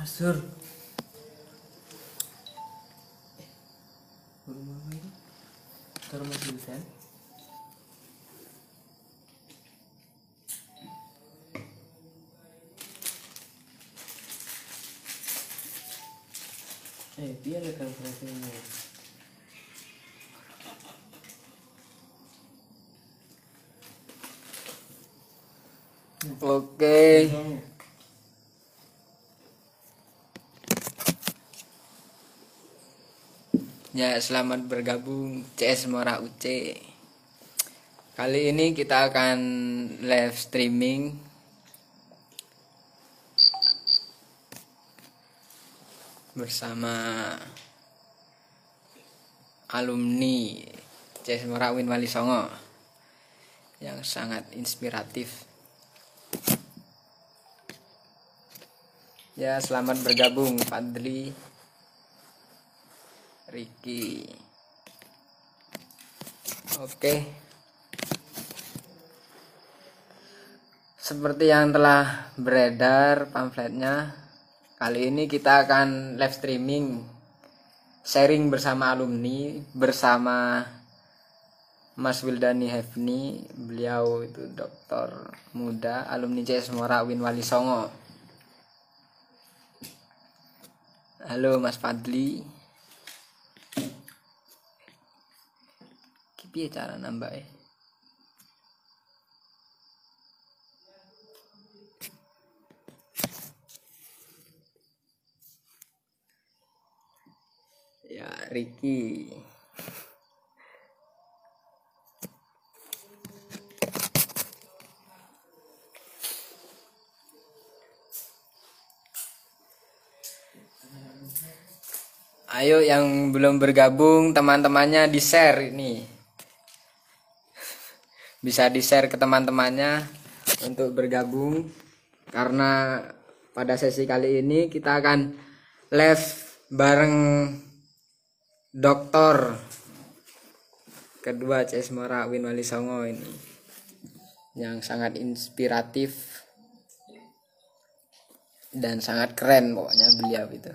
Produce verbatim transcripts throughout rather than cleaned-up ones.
Sur, rumah itu terus dosen. Eh, dia ada konferensinya. Oke. Ya, selamat bergabung C S Mora U C. Kali ini kita akan live streaming bersama alumni C S Mora Win Wali Songo yang sangat inspiratif. Ya, selamat bergabung Fadli, Ricky. Oke. Seperti yang telah beredar pamfletnya, kali ini kita akan live streaming sharing bersama alumni, bersama Mas Wildani Hefni. Beliau itu doktor muda, alumni C S Mora Win Wali Songo. Halo Mas Fadli. Piye cara nambah ya? Ya, Ricky. Ayo yang belum bergabung, teman-temannya di-share ini. Bisa di-share ke teman-temannya untuk bergabung, karena pada sesi kali ini kita akan live bareng doktor kedua C S Mora Win Wali Songo ini, yang sangat inspiratif dan sangat keren pokoknya beliau itu.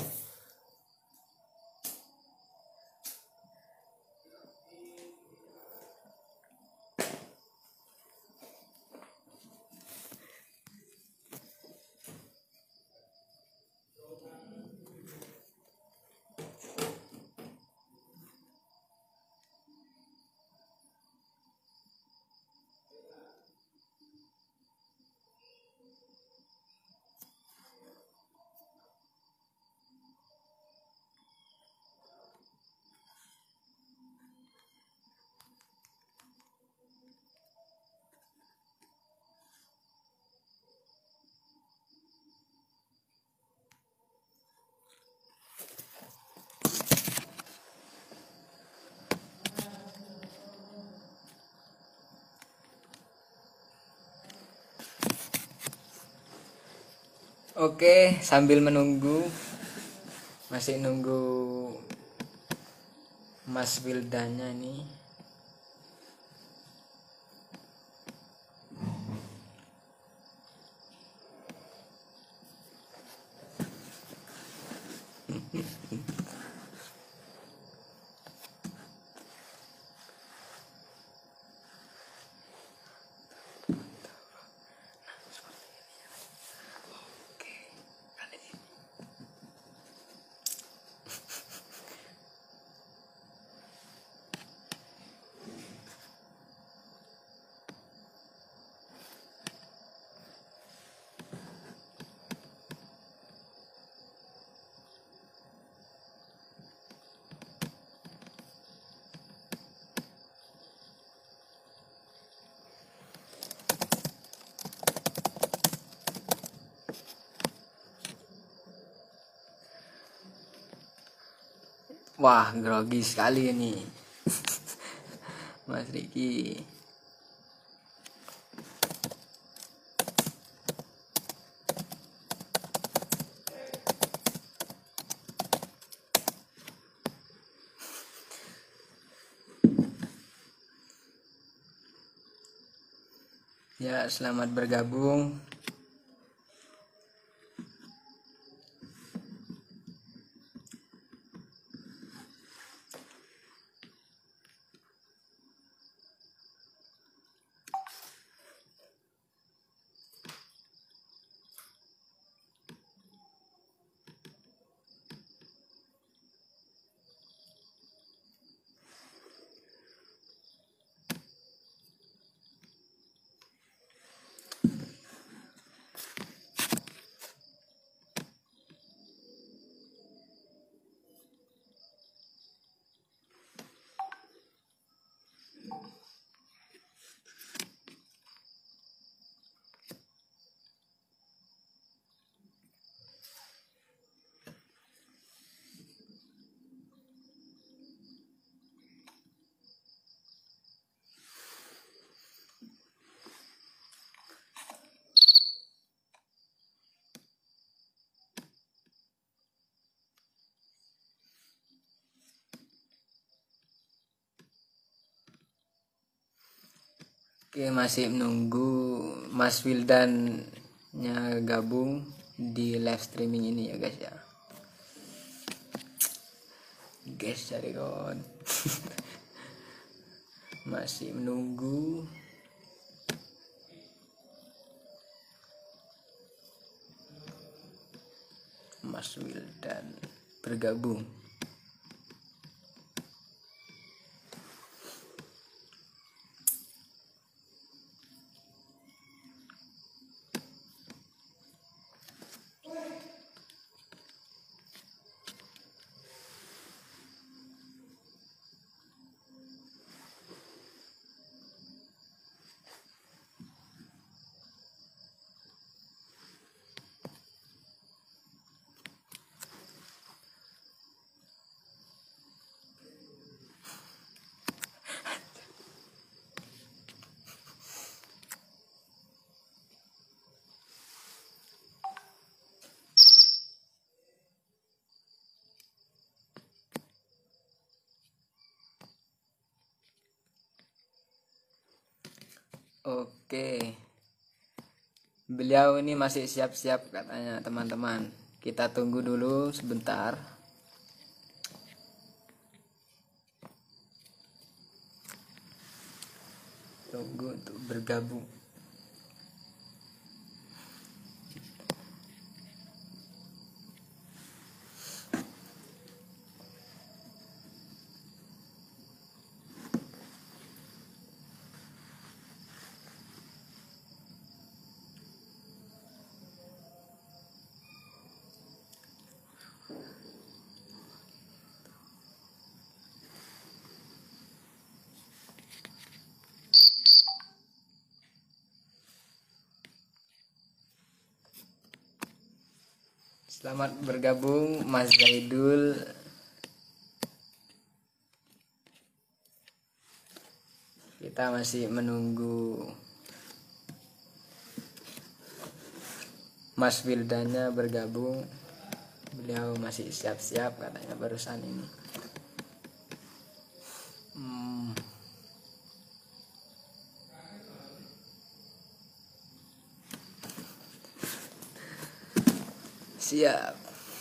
Oke, sambil menunggu, masih nunggu Mas Wildanya nih. Wah, grogi sekali ini Mas Ricky. Ya, selamat bergabung. Oke, masih menunggu Mas Wildan nya gabung di live streaming ini ya guys ya. Guys cari kawan. Masih menunggu. Mas Wildan bergabung. Oke. Beliau ini masih siap-siap katanya teman-teman. Kita tunggu dulu sebentar. Tunggu untuk bergabung. Selamat bergabung Mas Zaidul. Kita masih menunggu Mas Wildannya bergabung. Beliau masih siap-siap katanya barusan ini. Hmm. Siap.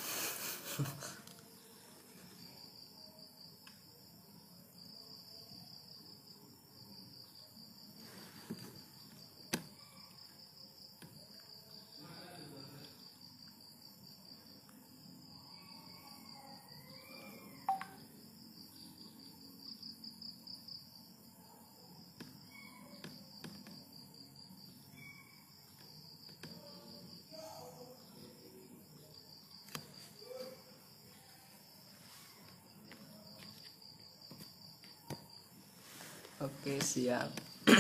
Oke, siap.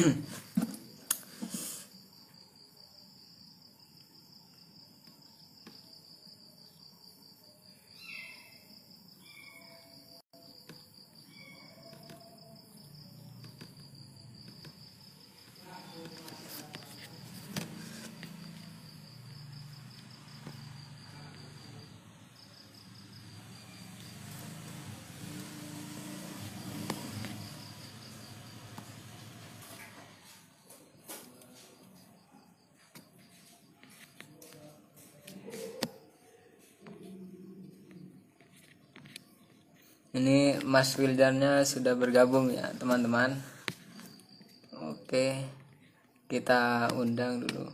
Ini Mas Wildannya sudah bergabung ya teman-teman. Oke, kita undang dulu.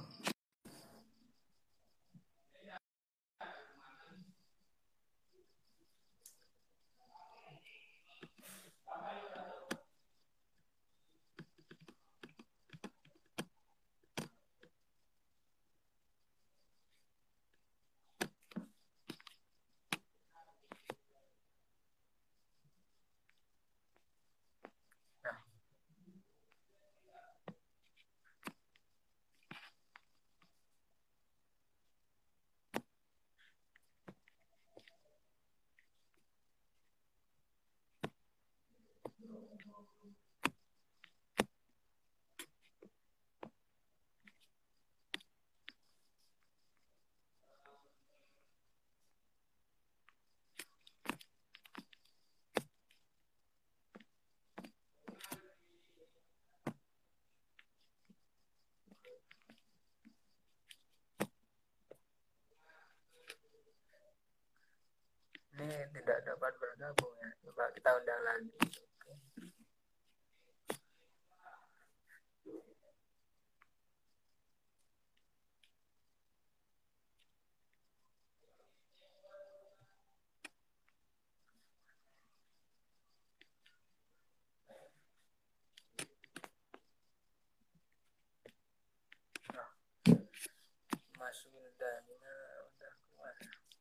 Ini tidak dapat bergabung ya. Coba kita undang lagi. Nah, Mas Wildanya udah keluar.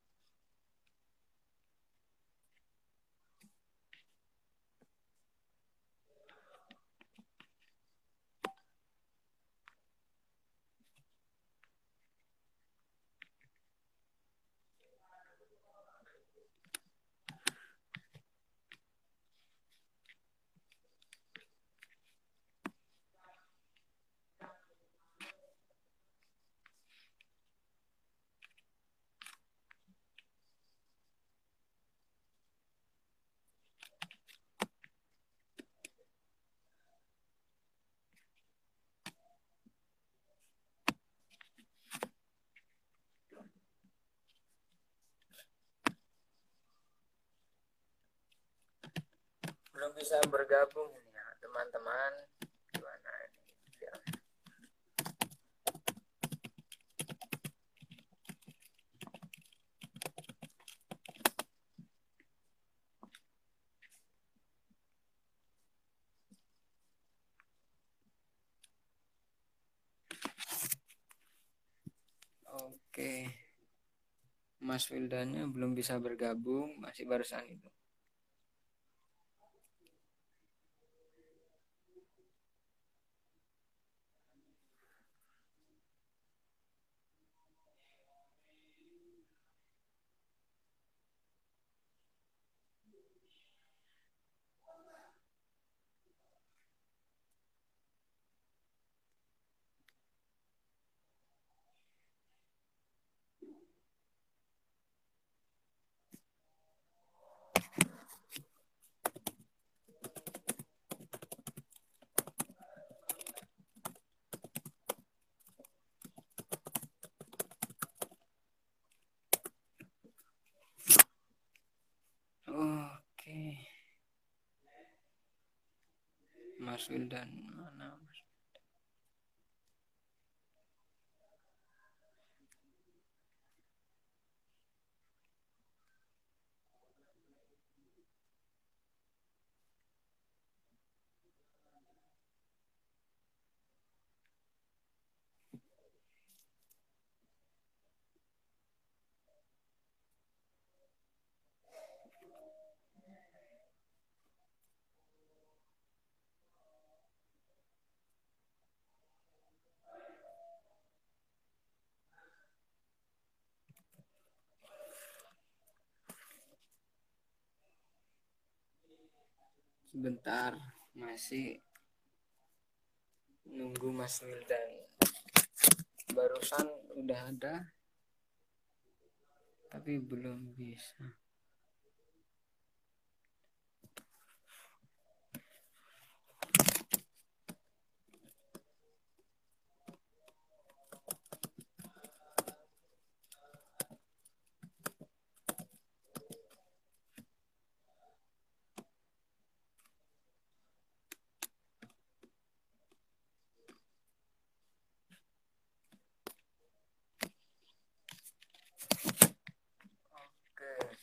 Belum bisa bergabung ini ya teman-teman. Gimana ini ya. Oke, Mas Wildanya belum bisa bergabung, masih barusan itu. Oke, Mas Wildan mana? Mas? Sebentar, masih nunggu Mas Wildan. Barusan udah ada, tapi belum bisa. Oke.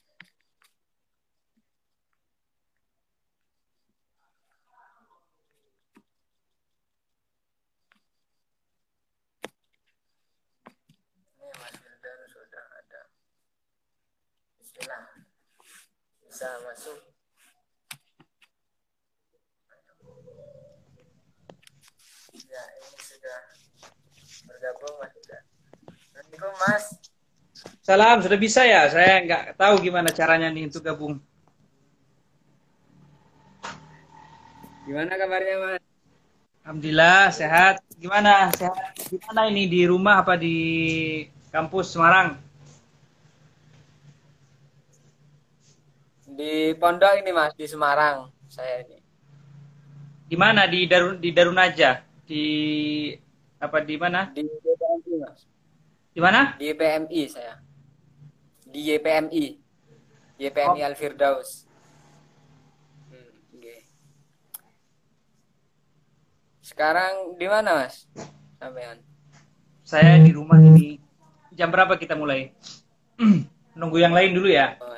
Ini Mas Wildan sudah ada. Bismillah. Bisa masuk. Ya, ini sudah bergabung Mas Wildan. Assalamualaikum Mas. Salam, sudah bisa ya? Saya nggak tahu gimana caranya nih untuk gabung. Gimana kabarnya, Mas? Alhamdulillah sehat. Gimana? Sehat. Gimana ini di rumah apa di kampus Semarang? Di pondok ini, Mas, di Semarang. Saya ini. Di mana? Di Darun di Darunaja. Di apa di mana? Di Y P M I, Mas. Di mana? Di Y P M I saya. Di Y P M I. Y P M I Oh, Al Firdaus. Hmm, oke. Sekarang di mana, Mas? Sampean. saya di rumah ini. Jam berapa kita mulai? Nunggu yang lain dulu ya. Oh,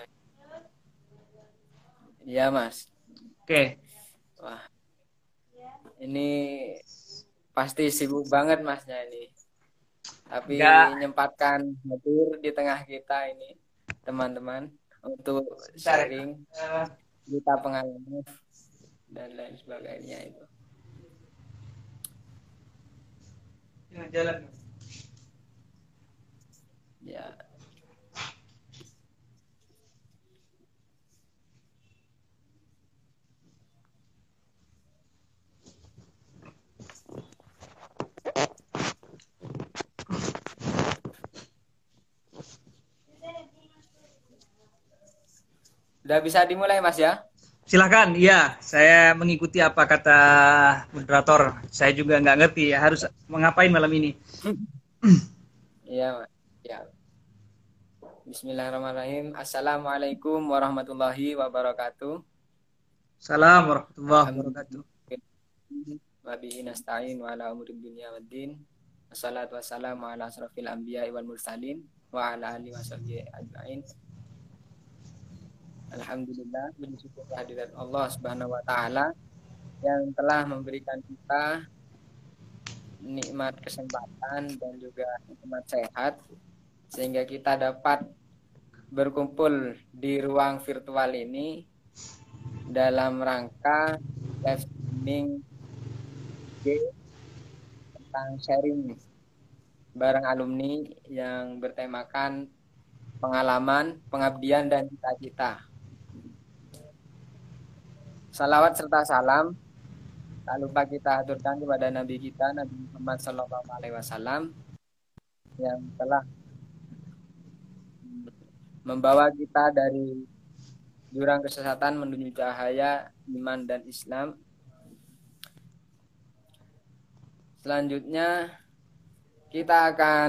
iya, Mas. Oke. Wah, ini pasti sibuk banget Masnya ini. Tapi Enggak. nyempatkan hadir di tengah kita ini, teman-teman, untuk Sebentar ya. sharing Eh, kita pengalaman dan lain sebagainya itu. ya, jalan. Ya, udah bisa dimulai Mas ya? Silahkan, iya. Saya mengikuti apa kata moderator. Saya juga nggak ngerti ya harus mengapain malam ini. Iya, Mas. Ya. Bismillahirrahmanirrahim. Assalamualaikum warahmatullahi wabarakatuh. Salam warahmatullahi wabarakatuh. Alhamdulillah. Wa bihi nasta'in wa ala umuri dunya waddin. Wassalatu wassalamu ala asrofil anbiya wal mursalin wa ala alihi washabihi ajmain. Alhamdulillah, bersyukur kehadirat Allah Subhanahu wa taala yang telah memberikan kita nikmat kesempatan dan juga nikmat sehat sehingga kita dapat berkumpul di ruang virtual ini dalam rangka live streaming tentang sharing bareng alumni yang bertemakan pengalaman, pengabdian, dan cita-cita. Salawat serta salam tak lupa kita aturkan kepada Nabi kita, Nabi Muhammad Shallallahu Alaihi Wasallam, yang telah membawa kita dari jurang kesesatan menuju cahaya iman dan Islam. Selanjutnya kita akan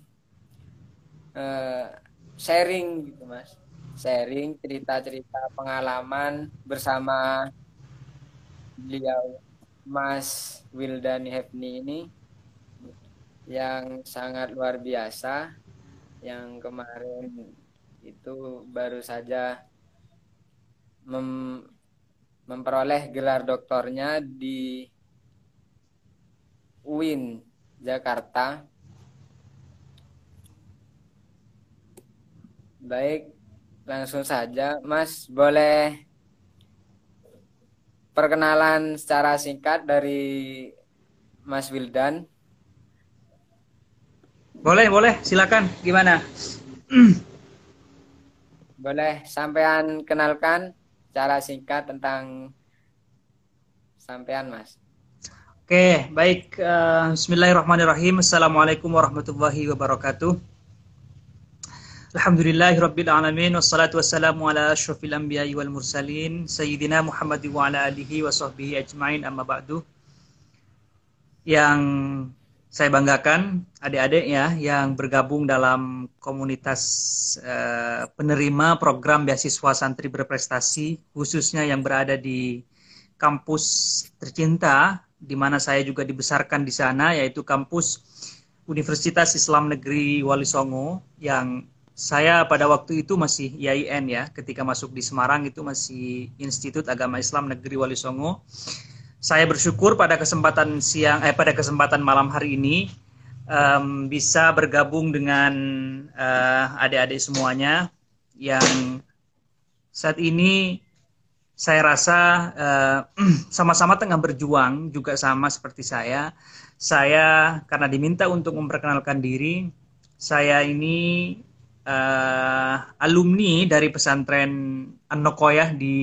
uh, sharing gitu Mas, sharing cerita-cerita pengalaman bersama beliau Mas Wildani Hefni ini yang sangat luar biasa, yang kemarin itu baru saja mem memperoleh gelar doktornya di U I N Jakarta. Baik, langsung saja Mas, boleh perkenalan secara singkat dari Mas Wildan? Boleh, boleh. Silakan. Gimana? Boleh sampean kenalkan secara singkat tentang sampean Mas. Oke, baik. Uh, Bismillahirrahmanirrahim. Assalamualaikum warahmatullahi wabarakatuh. Alhamdulillahirabbil alamin wassalatu wassalamu ala asyrofil anbiya'i wal mursalin sayyidina Muhammad wa ala alihi wa sahbihi ajmain, amma ba'du. Yang saya banggakan adik-adik ya yang bergabung dalam komunitas uh, penerima program beasiswa santri berprestasi, khususnya yang berada di kampus tercinta di mana saya juga dibesarkan di sana, yaitu kampus Universitas Islam Negeri Wali Songo, yang saya pada waktu itu masih I A I N ya, ketika masuk di Semarang itu masih Institut Agama Islam Negeri Wali Songo. Saya bersyukur pada kesempatan siang eh pada kesempatan malam hari ini um, bisa bergabung dengan uh, adik-adik semuanya yang saat ini saya rasa uh, sama-sama tengah berjuang juga sama seperti saya. Saya karena diminta untuk memperkenalkan diri, saya ini Uh, alumni dari pesantren An-Nokoyah di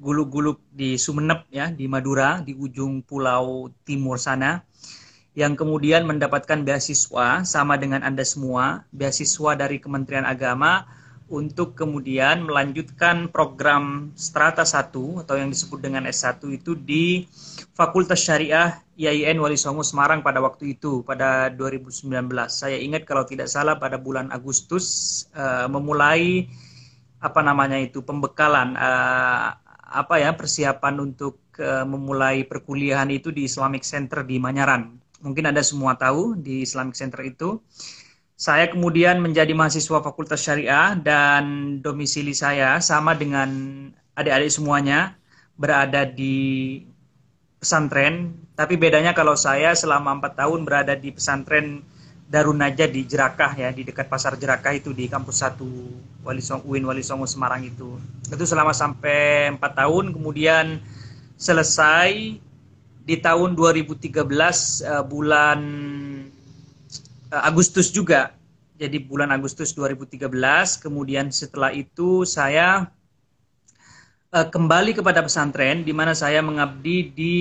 Gulug-Gulug di Sumeneb ya, di Madura, di ujung pulau timur sana, yang kemudian mendapatkan beasiswa sama dengan Anda semua, beasiswa dari Kementerian Agama untuk kemudian melanjutkan program Strata satu atau yang disebut dengan S satu itu di Fakultas Syariah I A I N Wali Songo Semarang pada waktu itu, pada dua ribu sembilan belas. Saya ingat kalau tidak salah pada bulan Agustus uh, memulai apa namanya itu pembekalan uh, apa ya persiapan untuk uh, memulai perkuliahan itu di Islamic Center di Manyaran. Mungkin Anda semua tahu di Islamic Center itu. Saya kemudian menjadi mahasiswa Fakultas Syariah dan domisili saya sama dengan adik-adik semuanya berada di pesantren. Tapi bedanya kalau saya selama empat tahun berada di pesantren Darun Najah di Jerakah ya, di dekat Pasar Jerakah itu di kampus satu Wali Songo, U I N Wali Songo Semarang itu. Itu selama sampai empat tahun, kemudian selesai di tahun dua ribu tiga belas uh, bulan uh, Agustus juga. Jadi bulan Agustus dua ribu tiga belas, kemudian setelah itu saya uh, kembali kepada pesantren di mana saya mengabdi di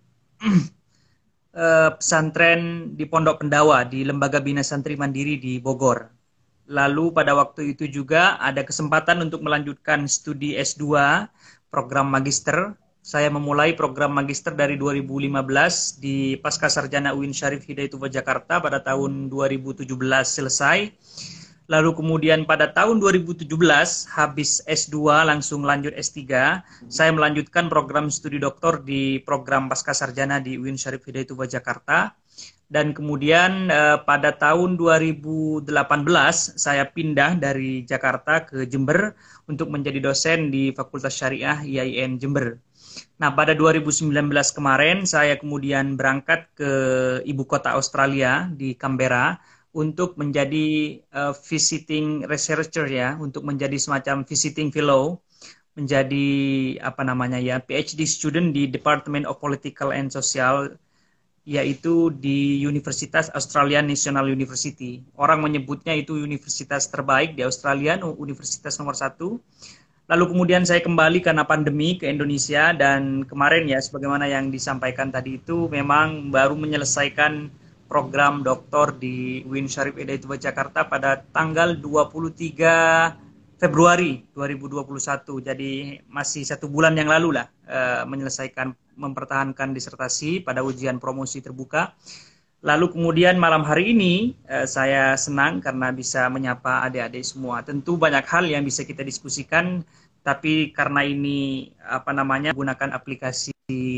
Uh, pesantren di Pondok Pendawa di Lembaga Bina Santri Mandiri di Bogor. Lalu pada waktu itu juga ada kesempatan untuk melanjutkan studi S dua program magister. Saya memulai program magister dari dua ribu lima belas di Pascasarjana U I N Syarif Hidayatullah Jakarta pada tahun dua ribu tujuh belas selesai. Lalu kemudian pada tahun dua ribu tujuh belas habis S dua langsung lanjut S tiga, saya melanjutkan program studi doktor di program Pascasarjana di U I N Syarif Hidayatullah Jakarta. Dan kemudian eh, pada tahun dua ribu delapan belas saya pindah dari Jakarta ke Jember untuk menjadi dosen di Fakultas Syariah I A I N Jember. Nah, pada dua ribu sembilan belas kemarin saya kemudian berangkat ke ibu kota Australia di Canberra untuk menjadi uh, visiting researcher ya, untuk menjadi semacam visiting fellow, menjadi apa namanya ya, PhD student di Department of Political and Social, yaitu di Universitas Australian National University. Orang menyebutnya itu universitas terbaik di Australia, universitas nomor satu. Lalu kemudian saya kembali karena pandemi ke Indonesia, dan kemarin ya, sebagaimana yang disampaikan tadi itu, memang baru menyelesaikan program doktor di U I N Syarif Hidayatullah Jakarta pada tanggal dua puluh tiga Februari dua ribu dua puluh satu. Jadi masih satu bulan yang lalu lah uh, menyelesaikan, mempertahankan disertasi pada ujian promosi terbuka. Lalu kemudian malam hari ini uh, saya senang karena bisa menyapa adik-adik semua. Tentu banyak hal yang bisa kita diskusikan, tapi karena ini apa namanya menggunakan aplikasi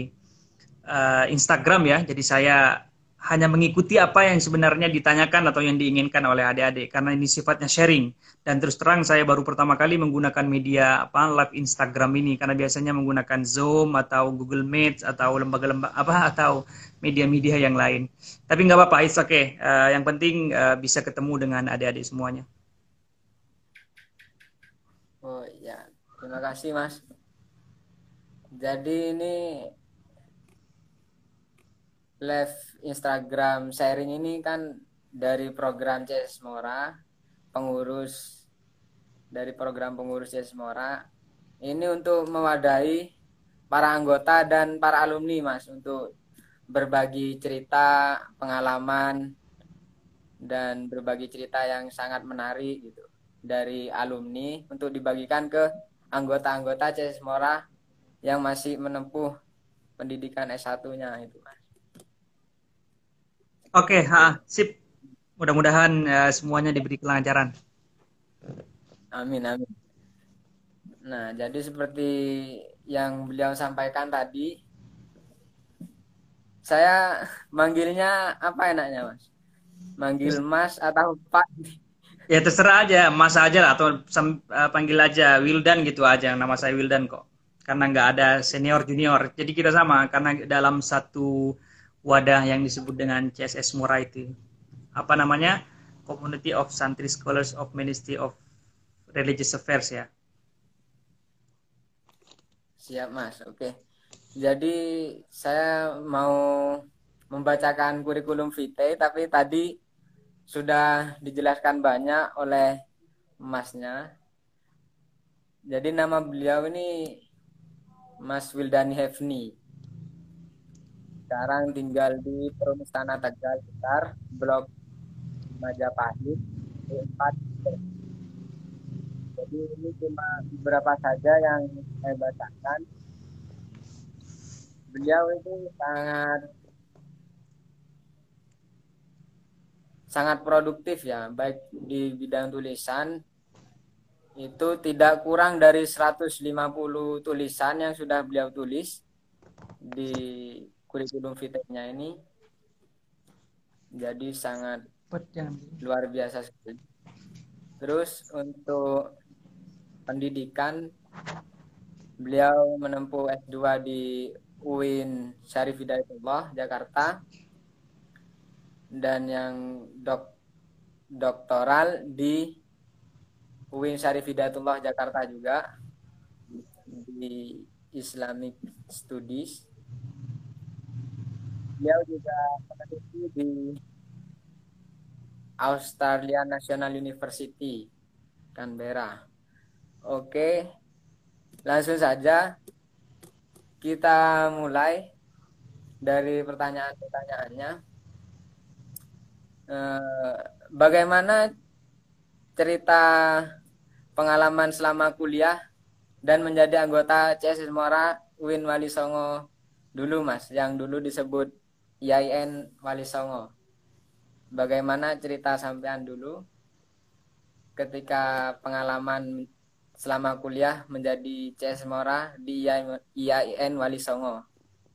uh, Instagram ya, jadi saya hanya mengikuti apa yang sebenarnya ditanyakan atau yang diinginkan oleh adik-adik, karena ini sifatnya sharing. Dan terus terang saya baru pertama kali menggunakan media apa live Instagram ini, karena biasanya menggunakan Zoom atau Google Meet atau lembaga-lembaga apa atau media-media yang lain. Tapi nggak apa-apa, it's okay. Uh, yang penting uh, bisa ketemu dengan adik-adik semuanya. Oh ya, terima kasih Mas. Jadi ini live Instagram sharing ini kan dari program C S Mora, pengurus dari program pengurus C S Mora. Ini untuk mewadahi para anggota dan para alumni Mas, untuk berbagi cerita, pengalaman, dan berbagi cerita yang sangat menarik gitu dari alumni untuk dibagikan ke anggota-anggota C S Mora yang masih menempuh pendidikan S satu-nya itu Mas. Oke, ha, sip. Mudah-mudahan uh, semuanya diberi kelancaran. Amin, amin. Nah, jadi seperti yang beliau sampaikan tadi, saya manggilnya apa enaknya, Mas? Manggil Mas atau Pak? Ya terserah aja, Mas aja lah, atau uh, panggil aja Wildan gitu aja. Nama saya Wildan kok. Karena nggak ada senior junior, jadi kita sama. Karena dalam satu wadah yang disebut dengan C S S Mora itu, apa namanya, Community of Santri Scholars of Ministry of Religious Affairs ya. Siap Mas, oke. Jadi saya mau membacakan kurikulum vitae, tapi tadi sudah dijelaskan banyak oleh Masnya. Jadi nama beliau ini Mas Wildani Hefni. Sekarang tinggal di Perumestana Tegal Besar, Blok Majapahit, E empat. Jadi ini cuma beberapa saja yang saya bacakan. Beliau itu sangat sangat produktif ya, baik di bidang tulisan itu tidak kurang dari seratus lima puluh tulisan yang sudah beliau tulis di kurikulum fiteknya ini. Jadi sangat luar biasa sekali. Terus untuk pendidikan, beliau menempuh S dua di U I N Syarif Hidayatullah Jakarta, dan yang dok doktoral di U I N Syarif Hidayatullah Jakarta juga di Islamic Studies. Beliau juga peneliti di Australian National University Canberra. Oke, langsung saja kita mulai dari pertanyaan-pertanyaannya. Eh, bagaimana cerita pengalaman selama kuliah dan menjadi anggota C S S Muara U I N Wali Songo dulu, Mas, yang dulu disebut I A I N Wali Songo. Bagaimana cerita sampean dulu ketika pengalaman selama kuliah menjadi C S S Muara di I A I N Wali Songo?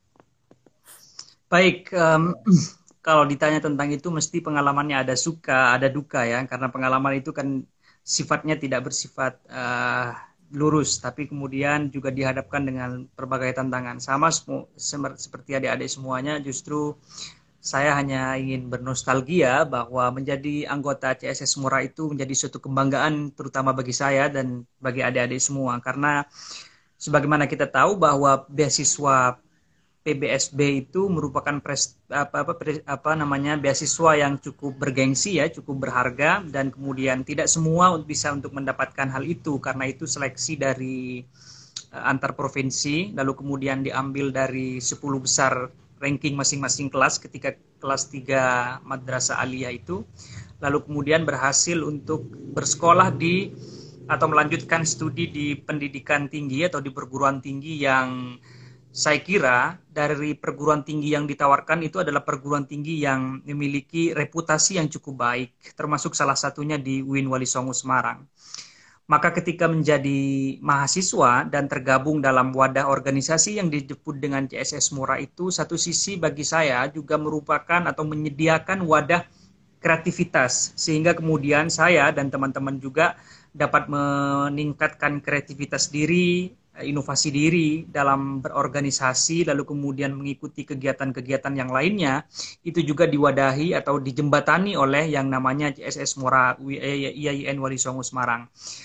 Baik, um, kalau ditanya tentang itu mesti pengalamannya ada suka, ada duka ya, karena pengalaman itu kan sifatnya tidak bersifat uh, lurus, tapi kemudian juga dihadapkan dengan berbagai tantangan. Sama seperti adik-adik semuanya, justru saya hanya ingin bernostalgia bahwa menjadi anggota C S S Muara itu menjadi suatu kebanggaan terutama bagi saya dan bagi adik-adik semua, karena sebagaimana kita tahu bahwa beasiswa P B S B itu merupakan pres, apa, apa, pres, apa namanya beasiswa yang cukup bergengsi ya, cukup berharga, dan kemudian tidak semua bisa untuk mendapatkan hal itu karena itu seleksi dari uh, antar provinsi, lalu kemudian diambil dari sepuluh besar ranking masing-masing kelas ketika kelas tiga Madrasah Aliyah itu, lalu kemudian berhasil untuk bersekolah di atau melanjutkan studi di pendidikan tinggi atau di perguruan tinggi yang saya kira dari perguruan tinggi yang ditawarkan itu adalah perguruan tinggi yang memiliki reputasi yang cukup baik, termasuk salah satunya di U I N Wali Songo Semarang. Maka ketika menjadi mahasiswa dan tergabung dalam wadah organisasi yang disebut dengan C S S Muara itu, satu sisi bagi saya juga merupakan atau menyediakan wadah kreativitas, sehingga kemudian saya dan teman-teman juga dapat meningkatkan kreativitas diri, inovasi diri dalam berorganisasi, lalu kemudian mengikuti kegiatan-kegiatan yang lainnya, itu juga diwadahi atau dijembatani oleh yang namanya C S S Muara I A I N Wali Songo Semarang.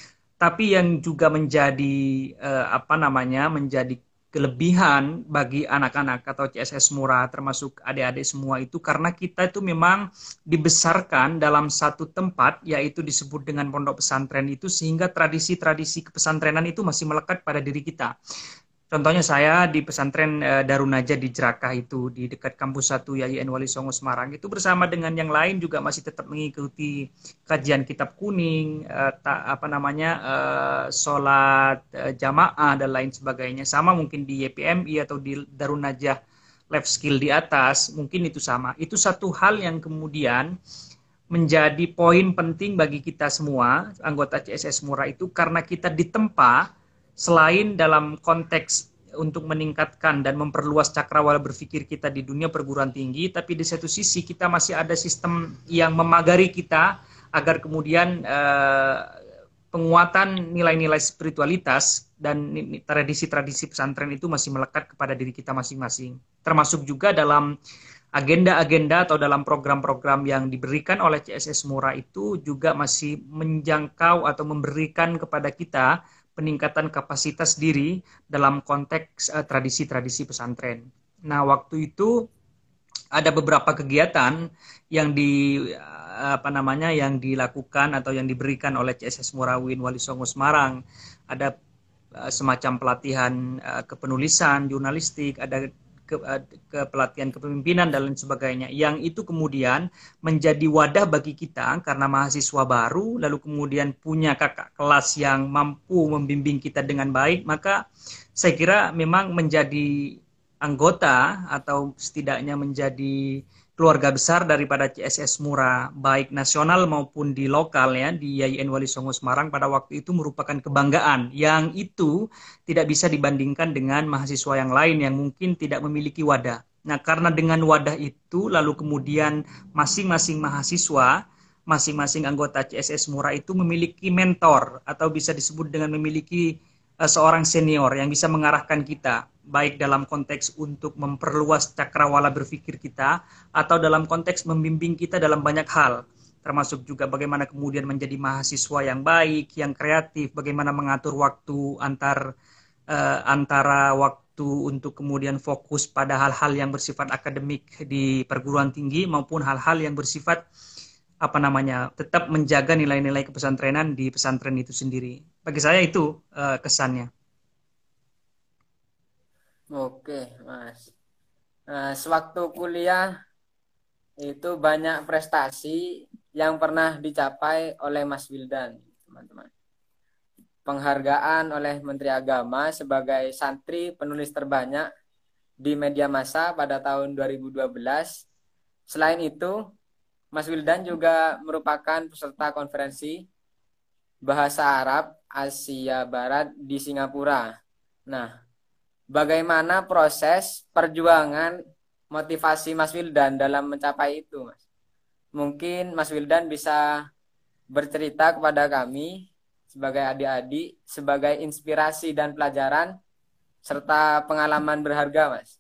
Tapi yang juga menjadi eh, apa namanya menjadi kelebihan bagi anak-anak atau C S S Muara termasuk adik-adik semua itu karena kita itu memang dibesarkan dalam satu tempat, yaitu disebut dengan pondok pesantren itu, sehingga tradisi-tradisi kepesantrenan itu masih melekat pada diri kita. Contohnya saya di pesantren eh, Darun Najah di Jerakah itu, di dekat kampus satu I A I N Wali Songo Semarang itu, bersama dengan yang lain juga masih tetap mengikuti kajian kitab kuning, eh, ta, apa namanya eh, sholat eh, jamaah dan lain sebagainya. Sama mungkin di Y P M I atau di Darun Najah Life Skill di atas, mungkin itu sama. Itu satu hal yang kemudian menjadi poin penting bagi kita semua anggota C S S Muara itu, karena kita ditempa selain dalam konteks untuk meningkatkan dan memperluas cakrawala berpikir kita di dunia perguruan tinggi, tapi di satu sisi kita masih ada sistem yang memagari kita agar kemudian eh, penguatan nilai-nilai spiritualitas dan tradisi-tradisi pesantren itu masih melekat kepada diri kita masing-masing. Termasuk juga dalam agenda-agenda atau dalam program-program yang diberikan oleh C S S Muara itu juga masih menjangkau atau memberikan kepada kita peningkatan kapasitas diri dalam konteks uh, tradisi-tradisi pesantren. Nah, waktu itu ada beberapa kegiatan yang di uh, apa namanya yang dilakukan atau yang diberikan oleh C S S Muara U I N Wali Songo Semarang. Ada uh, semacam pelatihan uh, kepenulisan, jurnalistik, ada ke, uh, ke pelatihan kepemimpinan dan lain sebagainya. Yang itu kemudian menjadi wadah bagi kita karena mahasiswa baru, lalu kemudian punya kakak kelas yang mampu membimbing kita dengan baik, maka saya kira memang menjadi anggota atau setidaknya menjadi keluarga besar daripada C S S Mura, baik nasional maupun di lokal ya, di Y I N Wali Songo Semarang pada waktu itu merupakan kebanggaan yang itu tidak bisa dibandingkan dengan mahasiswa yang lain yang mungkin tidak memiliki wadah. Nah, karena dengan wadah itu lalu kemudian masing-masing mahasiswa, masing-masing anggota C S S Mura itu memiliki mentor atau bisa disebut dengan memiliki uh, seorang senior yang bisa mengarahkan kita, baik dalam konteks untuk memperluas cakrawala berpikir kita atau dalam konteks membimbing kita dalam banyak hal, termasuk juga bagaimana kemudian menjadi mahasiswa yang baik, yang kreatif, bagaimana mengatur waktu antar uh, antara waktu untuk kemudian fokus pada hal-hal yang bersifat akademik di perguruan tinggi maupun hal-hal yang bersifat apa namanya tetap menjaga nilai-nilai kepesantrenan di pesantren itu sendiri. Bagi saya itu uh, kesannya. Oke, Mas. Nah, sewaktu kuliah itu banyak prestasi yang pernah dicapai oleh Mas Wildan, teman-teman. Penghargaan oleh Menteri Agama sebagai santri penulis terbanyak di media massa pada tahun dua ribu dua belas. Selain itu, Mas Wildan juga merupakan peserta konferensi Bahasa Arab Asia Barat di Singapura. Nah, bagaimana proses perjuangan motivasi Mas Wildan dalam mencapai itu, Mas? Mungkin Mas Wildan bisa bercerita kepada kami sebagai adik-adik, sebagai inspirasi dan pelajaran, serta pengalaman berharga, Mas.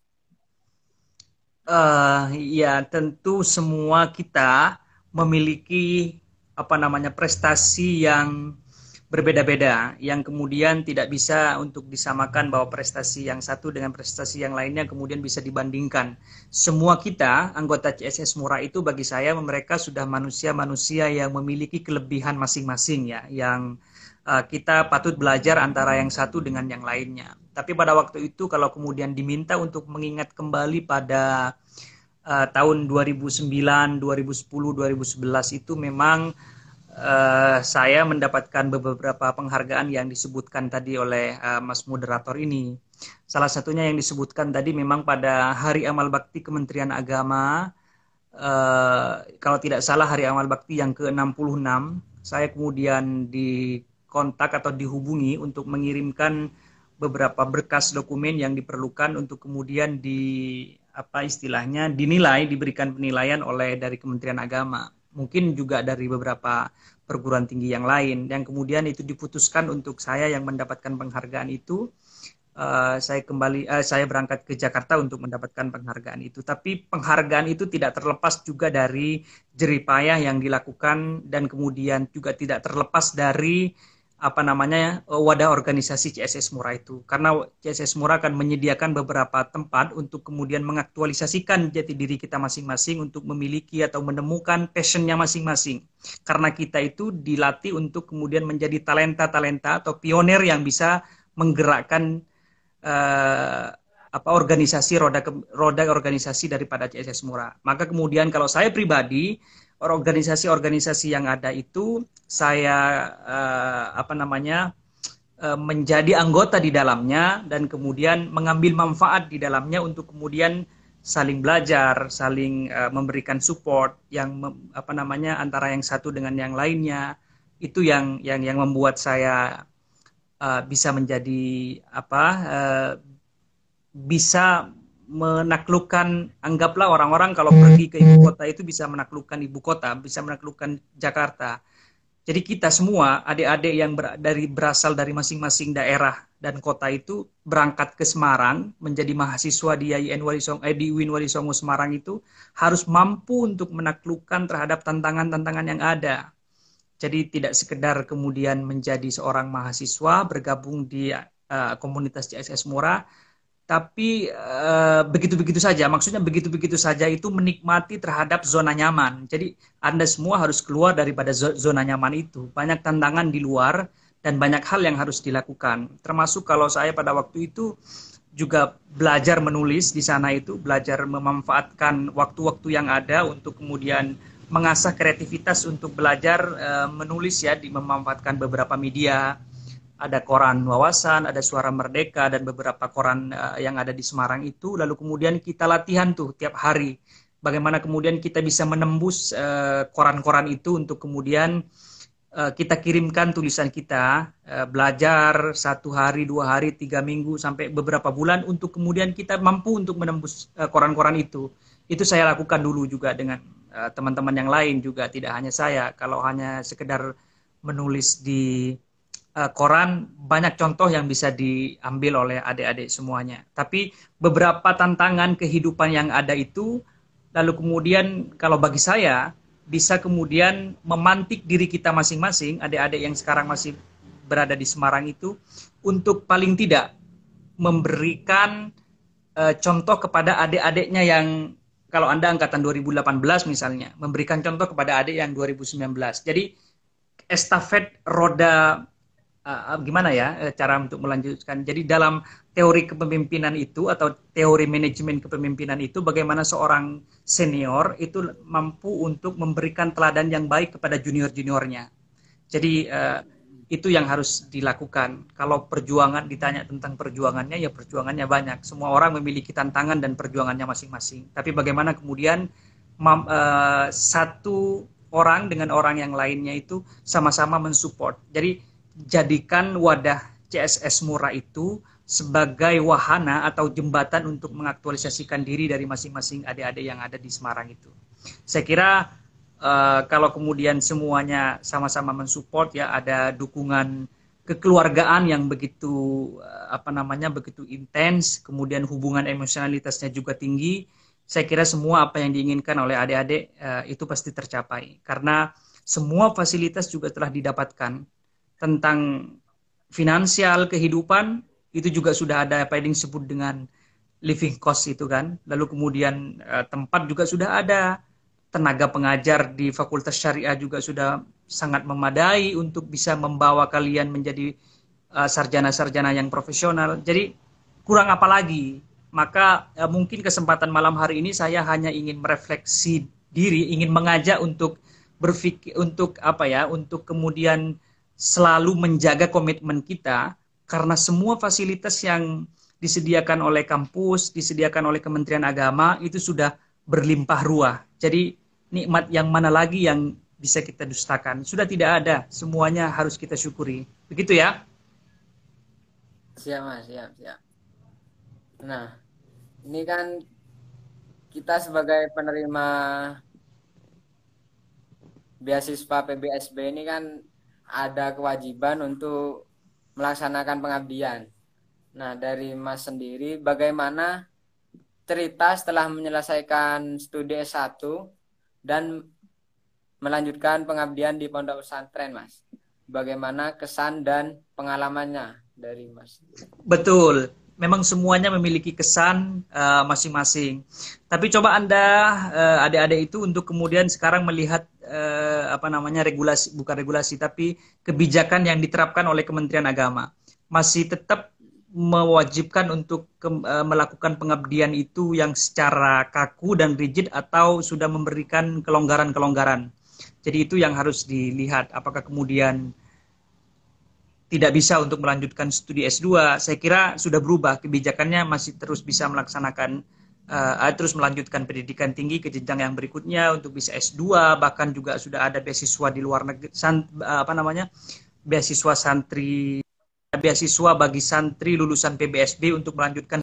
Uh, ya, tentu semua kita memiliki apa namanya prestasi yang berbeda-beda, yang kemudian tidak bisa untuk disamakan bahwa prestasi yang satu dengan prestasi yang lainnya kemudian bisa dibandingkan. Semua kita, anggota C S S Mura itu bagi saya mereka sudah manusia-manusia yang memiliki kelebihan masing-masing ya, yang uh, kita patut belajar antara yang satu dengan yang lainnya. Tapi pada waktu itu kalau kemudian diminta untuk mengingat kembali pada uh, tahun dua ribu sembilan, dua ribu sepuluh, dua ribu sebelas itu memang Uh, saya mendapatkan beberapa penghargaan yang disebutkan tadi oleh uh, Mas moderator ini. Salah satunya yang disebutkan tadi memang pada Hari Amal Bakti Kementerian Agama, uh, kalau tidak salah Hari Amal Bakti yang ke enam puluh enam, saya kemudian dikontak atau dihubungi untuk mengirimkan beberapa berkas dokumen yang diperlukan untuk kemudian di apa istilahnya dinilai, diberikan penilaian oleh dari Kementerian Agama. Mungkin juga dari beberapa perguruan tinggi yang lain, yang kemudian itu diputuskan untuk saya yang mendapatkan penghargaan itu. Uh, saya kembali, uh, saya berangkat ke Jakarta untuk mendapatkan penghargaan itu. Tapi penghargaan itu tidak terlepas juga dari jeripayah yang dilakukan dan kemudian juga tidak terlepas dari apa namanya wadah organisasi C S S Mura itu, karena C S S Mura akan menyediakan beberapa tempat untuk kemudian mengaktualisasikan jati diri kita masing-masing untuk memiliki atau menemukan passionnya masing-masing, karena kita itu dilatih untuk kemudian menjadi talenta-talenta atau pionir yang bisa menggerakkan uh, apa organisasi roda roda organisasi daripada C S S Mura. Maka kemudian kalau saya pribadi, organisasi-organisasi yang ada itu saya uh, apa namanya uh, menjadi anggota di dalamnya dan kemudian mengambil manfaat di dalamnya untuk kemudian saling belajar, saling uh, memberikan support yang mem, apa namanya antara yang satu dengan yang lainnya. Itu yang yang yang membuat saya uh, bisa menjadi apa uh, bisa menaklukkan, anggaplah orang-orang kalau pergi ke ibu kota itu bisa menaklukkan ibu kota, bisa menaklukkan Jakarta. Jadi kita semua adik-adik yang ber, dari berasal dari masing-masing daerah dan kota itu berangkat ke Semarang menjadi mahasiswa di Y I N Wali Songo, eh, di U I N Wali Songo Semarang itu harus mampu untuk menaklukkan terhadap tantangan-tantangan yang ada. Jadi tidak sekedar kemudian menjadi seorang mahasiswa bergabung di uh, komunitas C S S Mura, tapi uh, begitu-begitu saja. Maksudnya begitu-begitu saja itu menikmati terhadap zona nyaman. Jadi Anda semua harus keluar daripada zona nyaman itu. Banyak tantangan di luar dan banyak hal yang harus dilakukan. Termasuk kalau saya pada waktu itu juga belajar menulis di sana itu, belajar memanfaatkan waktu-waktu yang ada untuk kemudian mengasah kreativitas untuk belajar uh, menulis ya, di memanfaatkan beberapa media. Ada koran Wawasan, ada Suara Merdeka, dan beberapa koran uh, yang ada di Semarang itu. Lalu kemudian kita latihan tuh tiap hari. Bagaimana kemudian kita bisa menembus uh, koran-koran itu untuk kemudian uh, kita kirimkan tulisan kita, uh, belajar satu hari, dua hari, tiga minggu, sampai beberapa bulan untuk kemudian kita mampu untuk menembus uh, koran-koran itu. Itu saya lakukan dulu juga dengan uh, teman-teman yang lain juga, tidak hanya saya. Kalau hanya sekedar menulis di uh, koran, banyak contoh yang bisa diambil oleh adik-adik semuanya. Tapi beberapa tantangan kehidupan yang ada itu, lalu kemudian kalau bagi saya, bisa kemudian memantik diri kita masing-masing, adik-adik yang sekarang masih berada di Semarang itu, untuk paling tidak memberikan uh, contoh kepada adik-adiknya yang, kalau Anda angkatan dua ribu delapan belas misalnya, memberikan contoh kepada adik yang dua ribu sembilan belas. Jadi estafet roda, uh, gimana ya uh, cara untuk melanjutkan. Jadi dalam teori kepemimpinan itu atau teori manajemen kepemimpinan itu, bagaimana seorang senior itu mampu untuk memberikan teladan yang baik kepada junior-juniornya. Jadi uh, itu yang harus dilakukan. Kalau perjuangan, ditanya tentang perjuangannya, ya perjuangannya banyak. Semua orang memiliki tantangan dan perjuangannya masing-masing. Tapi bagaimana kemudian mam, uh, satu orang dengan orang yang lainnya itu sama-sama mensupport. Jadi jadikan wadah C S S Murah itu sebagai wahana atau jembatan untuk mengaktualisasikan diri dari masing-masing adik-adik yang ada di Semarang itu. Saya kira uh, kalau kemudian semuanya sama-sama mensupport, ya, ada dukungan kekeluargaan yang begitu uh, apa namanya begitu intens, kemudian hubungan emosionalitasnya juga tinggi, saya kira semua apa yang diinginkan oleh adik-adik uh, itu pasti tercapai, karena semua fasilitas juga telah didapatkan. Tentang finansial kehidupan itu juga sudah ada apa yang disebut dengan living cost itu kan. Lalu kemudian uh, tempat juga sudah ada, tenaga pengajar di Fakultas Syariah juga sudah sangat memadai untuk bisa membawa kalian menjadi uh, sarjana-sarjana yang profesional. Jadi kurang apa lagi? Maka uh, mungkin kesempatan malam hari ini saya hanya ingin merefleksi diri, ingin mengajak untuk berpikir, untuk apa ya, untuk kemudian selalu menjaga komitmen kita, karena semua fasilitas yang disediakan oleh kampus, disediakan oleh Kementerian Agama itu sudah berlimpah ruah. Jadi nikmat yang mana lagi yang bisa kita dustakan? Sudah tidak ada, semuanya harus kita syukuri. Begitu ya? Siap Mas, siap, siap. Nah, ini kan kita sebagai penerima beasiswa P B S B ini kan ada kewajiban untuk melaksanakan pengabdian. Nah, dari Mas sendiri, bagaimana cerita setelah menyelesaikan studi S satu dan melanjutkan pengabdian di pondok pesantren, Mas? Bagaimana kesan dan pengalamannya dari Mas? Betul. Memang semuanya memiliki kesan uh, masing-masing. Tapi coba Anda, uh, adik-adik itu, untuk kemudian sekarang melihat uh, apa namanya regulasi, bukan regulasi, tapi kebijakan yang diterapkan oleh Kementerian Agama. Masih tetap mewajibkan untuk ke, uh, melakukan pengabdian itu yang secara kaku dan rigid, atau sudah memberikan kelonggaran-kelonggaran. Jadi itu yang harus dilihat, apakah kemudian tidak bisa untuk melanjutkan studi S dua. Saya kira sudah berubah, kebijakannya masih terus bisa melaksanakan, uh, terus melanjutkan pendidikan tinggi ke jenjang yang berikutnya untuk bisa S dua, bahkan juga sudah ada beasiswa di luar negeri, san, uh, apa namanya, beasiswa santri, beasiswa bagi santri lulusan P B S B untuk melanjutkan.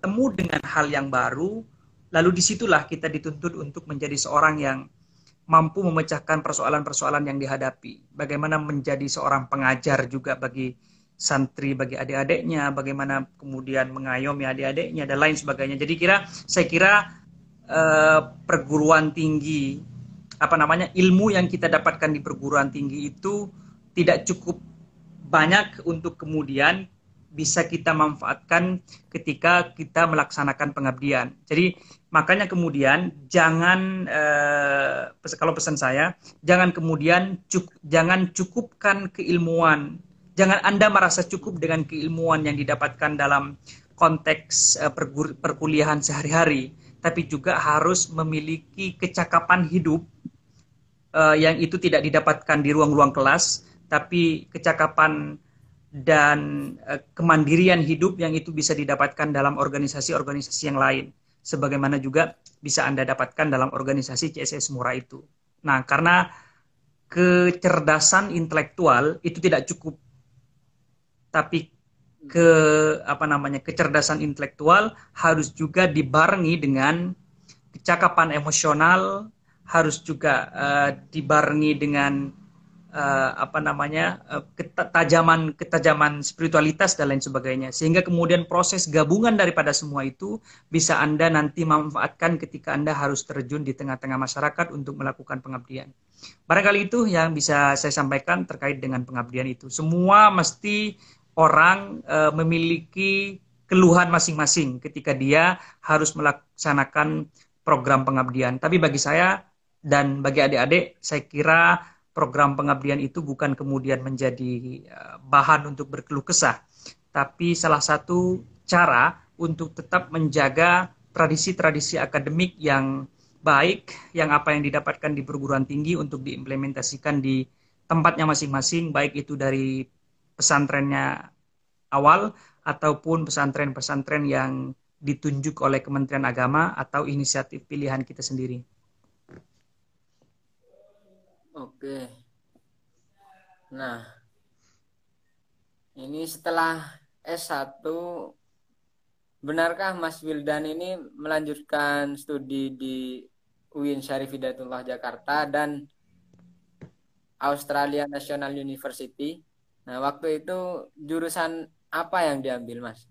bertemu dengan hal yang baru, lalu disitulah kita dituntut untuk menjadi seorang yang mampu memecahkan persoalan-persoalan yang dihadapi. Bagaimana menjadi seorang pengajar juga bagi santri, bagi adik-adiknya, bagaimana kemudian mengayomi adik-adiknya, dan lain sebagainya. Jadi kira, saya kira eh, perguruan tinggi, apa namanya, ilmu yang kita dapatkan di perguruan tinggi itu tidak cukup banyak untuk kemudian bisa kita manfaatkan ketika kita melaksanakan pengabdian. Jadi makanya kemudian jangan eh, kalau pesan saya, jangan kemudian cuk, jangan cukupkan keilmuan, jangan Anda merasa cukup dengan keilmuan yang didapatkan dalam konteks eh, pergur, perkuliahan sehari-hari, tapi juga harus memiliki kecakapan hidup eh, yang itu tidak didapatkan di ruang-ruang kelas, tapi kecakapan dan uh, kemandirian hidup yang itu bisa didapatkan dalam organisasi-organisasi yang lain. Sebagaimana juga bisa Anda dapatkan dalam organisasi C S S Mura itu. Nah, karena kecerdasan intelektual itu tidak cukup. Tapi ke apa namanya? kecerdasan intelektual harus juga dibarengi dengan kecakapan emosional, harus juga uh, dibarengi dengan Uh, apa namanya uh, ketajaman ketajaman spiritualitas dan lain sebagainya, sehingga kemudian proses gabungan daripada semua itu bisa Anda nanti manfaatkan ketika Anda harus terjun di tengah-tengah masyarakat untuk melakukan pengabdian. Barangkali itu yang bisa saya sampaikan terkait dengan pengabdian itu. Semua mesti orang uh, memiliki keluhan masing-masing ketika dia harus melaksanakan program pengabdian. Tapi bagi saya dan bagi adik-adik, saya kira program pengabdian itu bukan kemudian menjadi bahan untuk berkeluh kesah, tapi salah satu cara untuk tetap menjaga tradisi-tradisi akademik yang baik, yang apa yang didapatkan di perguruan tinggi untuk diimplementasikan di tempatnya masing-masing, baik itu dari pesantrennya awal ataupun pesantren-pesantren yang ditunjuk oleh Kementerian Agama atau inisiatif pilihan kita sendiri. Oke. Nah, ini setelah S satu, benarkah Mas Wildan ini melanjutkan studi di U I N Syarif Hidayatullah Jakarta dan Australia National University? Nah, waktu itu jurusan apa yang diambil, Mas?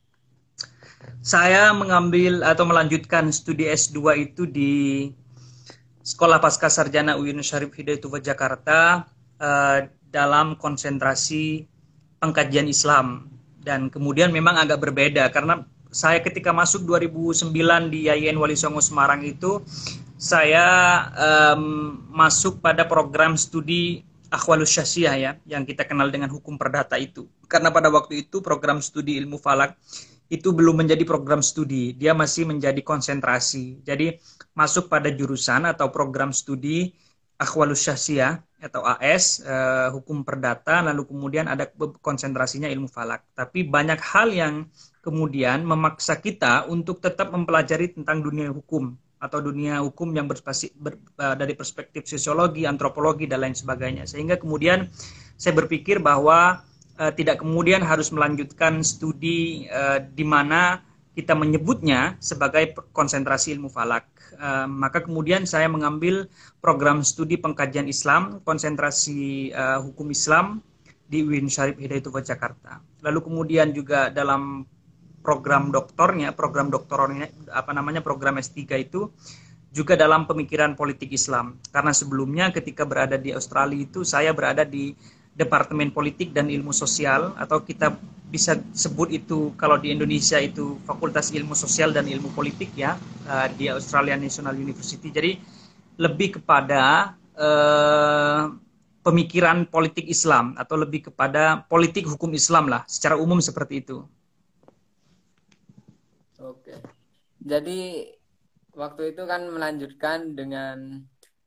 Saya mengambil atau melanjutkan studi S dua itu di Sekolah Pasca Sarjana U I N Syarif Hidayatullah Jakarta uh, dalam konsentrasi pengkajian Islam, dan kemudian memang agak berbeda karena saya ketika masuk dua ribu sembilan di Y I N Wali Songo Semarang itu saya um, masuk pada program studi Akhwalus Syaksiyah ya, yang kita kenal dengan hukum perdata itu, karena pada waktu itu program studi ilmu falak itu belum menjadi program studi, dia masih menjadi konsentrasi. Jadi masuk pada jurusan atau program studi Akhwalus Syaksiyah atau A S, eh, hukum perdata, lalu kemudian ada konsentrasinya ilmu falak. Tapi banyak hal yang kemudian memaksa kita untuk tetap mempelajari tentang dunia hukum atau dunia hukum yang berspasi, ber, dari perspektif sosiologi, antropologi, dan lain sebagainya. Sehingga kemudian saya berpikir bahwa Uh, tidak kemudian harus melanjutkan studi uh, di mana kita menyebutnya sebagai konsentrasi ilmu falak. Uh, maka kemudian saya mengambil program studi pengkajian Islam, konsentrasi uh, hukum Islam di U I N Syarif Hidayatullah Jakarta. Lalu kemudian juga dalam program doktornya, program doktornya, apa namanya, program S tiga itu juga dalam pemikiran politik Islam. Karena sebelumnya ketika berada di Australia itu saya berada di Departemen Politik dan Ilmu Sosial, atau kita bisa sebut itu kalau di Indonesia itu Fakultas Ilmu Sosial dan Ilmu Politik ya, uh, di Australia National University. Jadi lebih kepada uh, pemikiran politik Islam atau lebih kepada politik hukum Islam lah, secara umum seperti itu. Oke. Jadi waktu itu kan melanjutkan dengan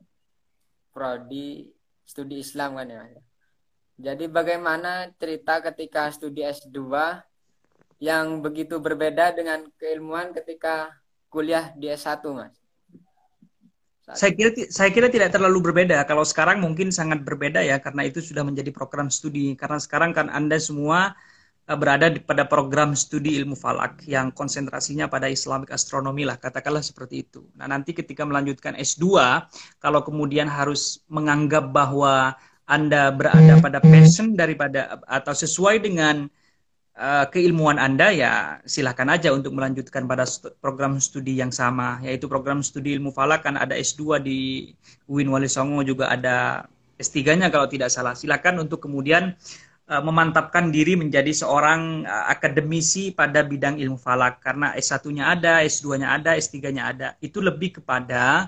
prodi studi Islam kan ya. Jadi bagaimana cerita ketika studi S dua yang begitu berbeda dengan keilmuan ketika kuliah di S satu, Mas? Saya kira saya kira tidak terlalu berbeda. Kalau sekarang mungkin sangat berbeda ya, karena itu sudah menjadi program studi. Karena sekarang kan Anda semua uh, berada di, pada program studi ilmu falak yang konsentrasinya pada Islamic Astronomy lah, katakanlah seperti itu. Nah, nanti ketika melanjutkan S dua, kalau kemudian harus menganggap bahwa Anda berada pada passion daripada atau sesuai dengan uh, keilmuan Anda, ya silahkan aja untuk melanjutkan pada stu- program studi yang sama, yaitu program studi ilmu falak. Kan ada S dua di U I N Wali Songo, juga ada S tiga-nya kalau tidak salah. Silakan untuk kemudian uh, memantapkan diri menjadi seorang uh, akademisi pada bidang ilmu falak, karena S satu-nya ada, S dua-nya ada, S tiga-nya ada. Itu lebih kepada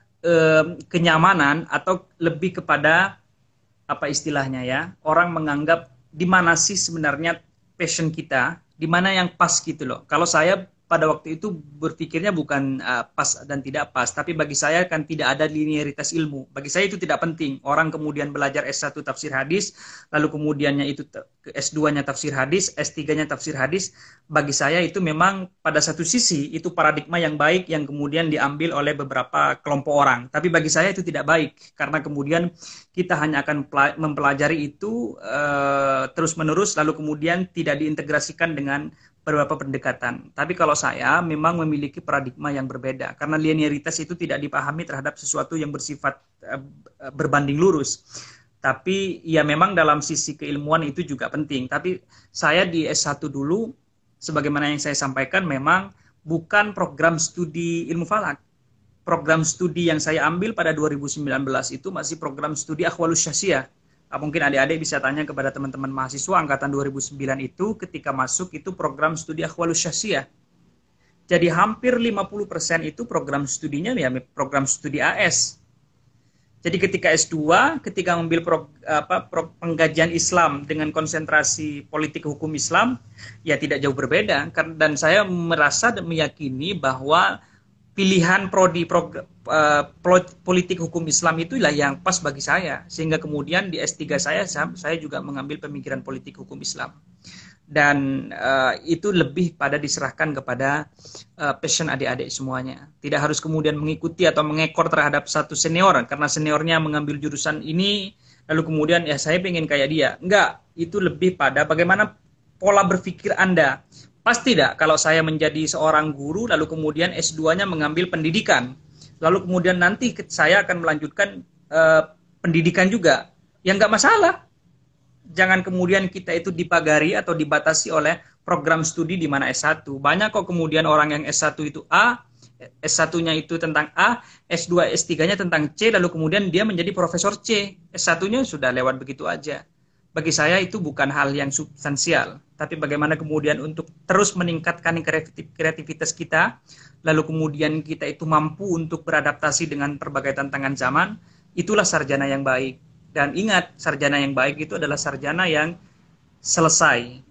uh, kenyamanan atau lebih kepada apa istilahnya ya, orang menganggap di mana sih sebenarnya passion kita, di mana yang pas gitu loh. Kalau saya pada waktu itu berpikirnya bukan uh, pas dan tidak pas, tapi bagi saya kan tidak ada linearitas ilmu. Bagi saya itu tidak penting. Orang kemudian belajar S satu tafsir hadis, lalu kemudiannya itu S dua-nya tafsir hadis, S tiga-nya tafsir hadis. Bagi saya itu memang pada satu sisi itu paradigma yang baik yang kemudian diambil oleh beberapa kelompok orang. Tapi bagi saya itu tidak baik, karena kemudian kita hanya akan mempelajari itu uh, terus-menerus, lalu kemudian tidak diintegrasikan dengan beberapa pendekatan. Tapi kalau saya memang memiliki paradigma yang berbeda, karena linearitas itu tidak dipahami terhadap sesuatu yang bersifat uh, berbanding lurus. Tapi ya memang dalam sisi keilmuan itu juga penting. Tapi saya di S satu dulu, sebagaimana yang saya sampaikan, memang bukan program studi ilmu falak. Program studi yang saya ambil pada dua ribu sembilan belas itu masih program studi Akhwalus Syasiyah. Mungkin adik-adik bisa tanya kepada teman-teman mahasiswa angkatan dua ribu sembilan itu, ketika masuk itu program studi Akhwalus Syasiyah. Jadi hampir lima puluh persen itu program studinya ya program studi A S. Jadi ketika S dua, ketika mengambil pro, apa, pro, pengkajian Islam dengan konsentrasi politik hukum Islam, ya tidak jauh berbeda. Dan saya merasa dan meyakini bahwa pilihan prodi pro, uh, politik hukum Islam itulah yang pas bagi saya, sehingga kemudian di S tiga saya saya juga mengambil pemikiran politik hukum Islam, dan uh, itu lebih pada diserahkan kepada uh, passion adik-adik semuanya. Tidak harus kemudian mengikuti atau mengekor terhadap satu senior karena seniornya mengambil jurusan ini lalu kemudian ya saya pengen kayak dia. Enggak, itu lebih pada bagaimana pola berpikir Anda. Pas tidak kalau saya menjadi seorang guru lalu kemudian S dua-nya mengambil pendidikan, lalu kemudian nanti saya akan melanjutkan uh, pendidikan juga, ya nggak masalah. Jangan kemudian kita itu dipagari atau dibatasi oleh program studi di mana S satu. Banyak kok kemudian orang yang S satu itu A, S satu-nya itu tentang A, S dua, S tiga-nya tentang C, lalu kemudian dia menjadi profesor C. S satu-nya sudah lewat begitu aja. Bagi saya itu bukan hal yang substansial, tapi bagaimana kemudian untuk terus meningkatkan kreativitas kita, lalu kemudian kita itu mampu untuk beradaptasi dengan berbagai tantangan zaman, itulah sarjana yang baik. Dan ingat, sarjana yang baik itu adalah sarjana yang selesai.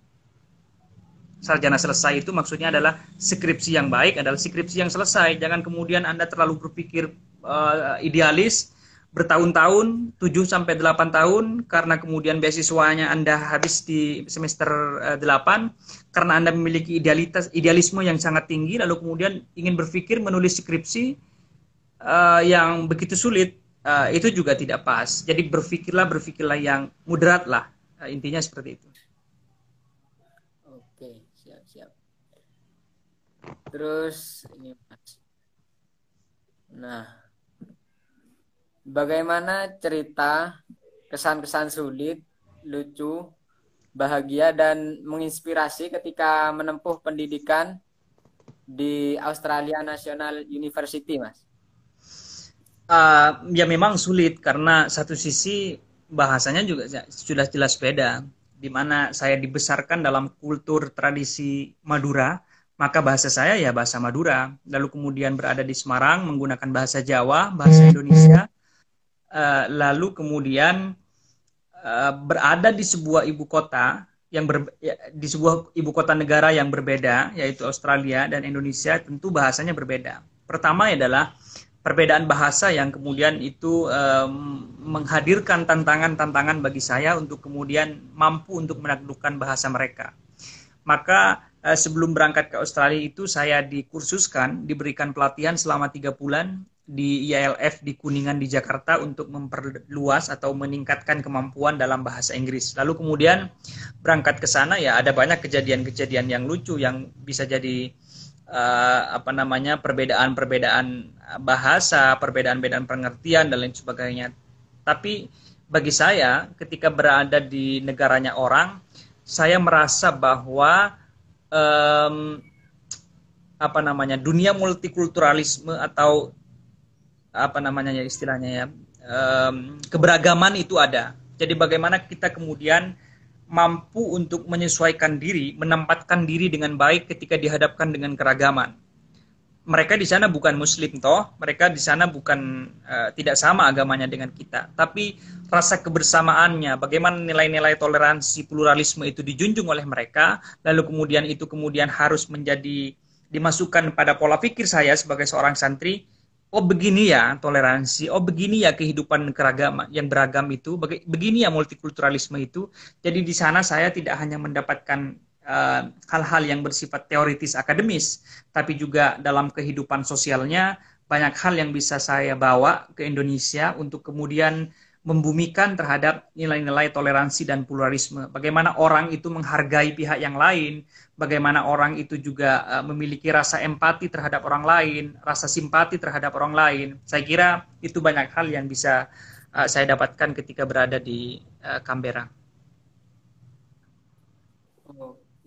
Sarjana selesai itu maksudnya adalah skripsi yang baik, adalah skripsi yang selesai. Jangan kemudian Anda terlalu berpikir uh, idealis, bertahun-tahun, tujuh sampai delapan tahun, karena kemudian beasiswanya Anda habis di semester uh, delapan, karena Anda memiliki idealitas, idealisme yang sangat tinggi, lalu kemudian ingin berpikir menulis skripsi uh, yang begitu sulit, uh, itu juga tidak pas. Jadi berpikirlah, berpikirlah yang moderat lah, uh, intinya seperti itu. Oke, siap-siap. Terus, ini Mas. Nah, bagaimana cerita kesan-kesan sulit, lucu, bahagia, dan menginspirasi ketika menempuh pendidikan di Australia National University, Mas? Uh, ya memang sulit, karena satu sisi bahasanya juga sudah jelas beda. Di mana saya dibesarkan dalam kultur tradisi Madura, maka bahasa saya ya bahasa Madura. Lalu kemudian berada di Semarang menggunakan bahasa Jawa, bahasa Indonesia. Uh, lalu kemudian uh, berada di sebuah ibu kota yang ber, ya, di sebuah ibu kota negara yang berbeda, yaitu Australia dan Indonesia, tentu bahasanya berbeda. Pertama adalah perbedaan bahasa yang kemudian itu um, menghadirkan tantangan-tantangan bagi saya untuk kemudian mampu untuk menaklukkan bahasa mereka. Maka uh, sebelum berangkat ke Australia itu saya dikursuskan, diberikan pelatihan selama tiga bulan di I L F di Kuningan di Jakarta untuk memperluas atau meningkatkan kemampuan dalam bahasa Inggris. Lalu kemudian berangkat ke sana ya ada banyak kejadian-kejadian yang lucu yang bisa jadi uh, apa namanya perbedaan-perbedaan bahasa, perbedaan-perbedaan pengertian dan lain sebagainya. Tapi bagi saya ketika berada di negaranya orang, saya merasa bahwa um, apa namanya dunia multikulturalisme atau apa namanya ya istilahnya ya um, keberagaman itu ada. Jadi bagaimana kita kemudian mampu untuk menyesuaikan diri, menempatkan diri dengan baik ketika dihadapkan dengan keragaman. Mereka di sana bukan Muslim toh, mereka di sana bukan uh, tidak sama agamanya dengan kita, tapi rasa kebersamaannya, bagaimana nilai-nilai toleransi, pluralisme itu dijunjung oleh mereka, lalu kemudian itu kemudian harus menjadi dimasukkan pada pola pikir saya sebagai seorang santri. Oh begini ya toleransi, oh begini ya kehidupan keragaman yang beragam itu, begini ya multikulturalisme itu. Jadi di sana saya tidak hanya mendapatkan hal-hal uh, yang bersifat teoritis akademis, tapi juga dalam kehidupan sosialnya banyak hal yang bisa saya bawa ke Indonesia untuk kemudian membumikan terhadap nilai-nilai toleransi dan pluralisme. Bagaimana orang itu menghargai pihak yang lain, bagaimana orang itu juga uh, memiliki rasa empati terhadap orang lain, rasa simpati terhadap orang lain. Saya kira itu banyak hal yang bisa uh, saya dapatkan ketika berada di uh, Canberra. Oke.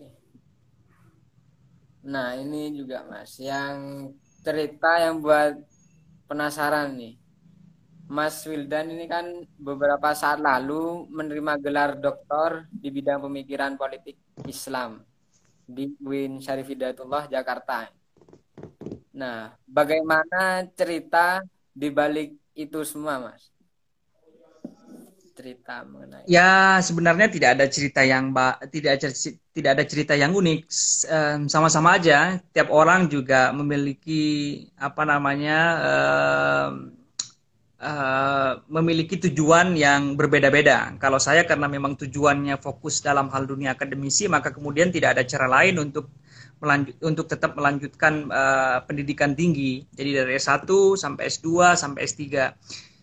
Nah ini juga Mas, yang cerita yang buat penasaran nih. Mas Wildan ini kan beberapa saat lalu menerima gelar doktor di bidang pemikiran politik Islam di U I N Syarif Hidayatullah Jakarta. Nah, bagaimana cerita di balik itu semua, Mas? Cerita mengenai. Ya, sebenarnya tidak ada cerita yang tidak ada tidak ada cerita yang unik. Sama-sama aja. Tiap orang juga memiliki apa namanya. Um, Uh, memiliki tujuan yang berbeda-beda. Kalau saya karena memang tujuannya fokus dalam hal dunia akademisi, maka kemudian tidak ada cara lain untuk melanjut, untuk tetap melanjutkan uh, pendidikan tinggi. Jadi dari S satu sampai S dua sampai S tiga.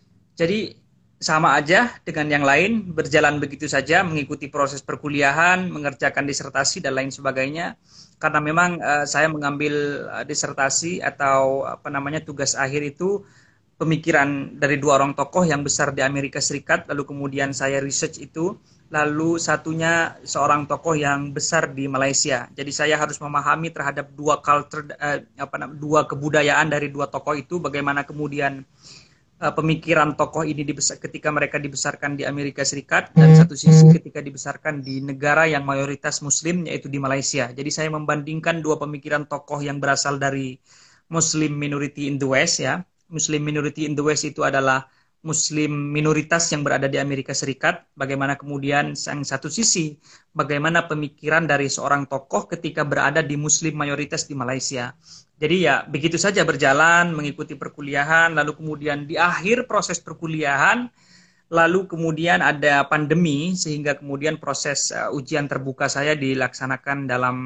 Jadi sama aja dengan yang lain, berjalan begitu saja, mengikuti proses perkuliahan, mengerjakan disertasi dan lain sebagainya. Karena memang uh, saya mengambil uh, disertasi atau apa namanya tugas akhir itu pemikiran dari dua orang tokoh yang besar di Amerika Serikat, lalu kemudian saya research itu, lalu satunya seorang tokoh yang besar di Malaysia. Jadi saya harus memahami terhadap dua culture, eh, apa dua kebudayaan dari dua tokoh itu, bagaimana kemudian eh, pemikiran tokoh ini dibesar, ketika mereka dibesarkan di Amerika Serikat, dan satu sisi ketika dibesarkan di negara yang mayoritas Muslim, yaitu di Malaysia. Jadi saya membandingkan dua pemikiran tokoh yang berasal dari Muslim minority in the West ya. Muslim minority in the West itu adalah Muslim minoritas yang berada di Amerika Serikat. Bagaimana kemudian yang satu sisi, bagaimana pemikiran dari seorang tokoh ketika berada di Muslim mayoritas di Malaysia. Jadi ya begitu saja berjalan, mengikuti perkuliahan, lalu kemudian di akhir proses perkuliahan, lalu kemudian ada pandemi, sehingga kemudian proses uh, ujian terbuka saya dilaksanakan dalam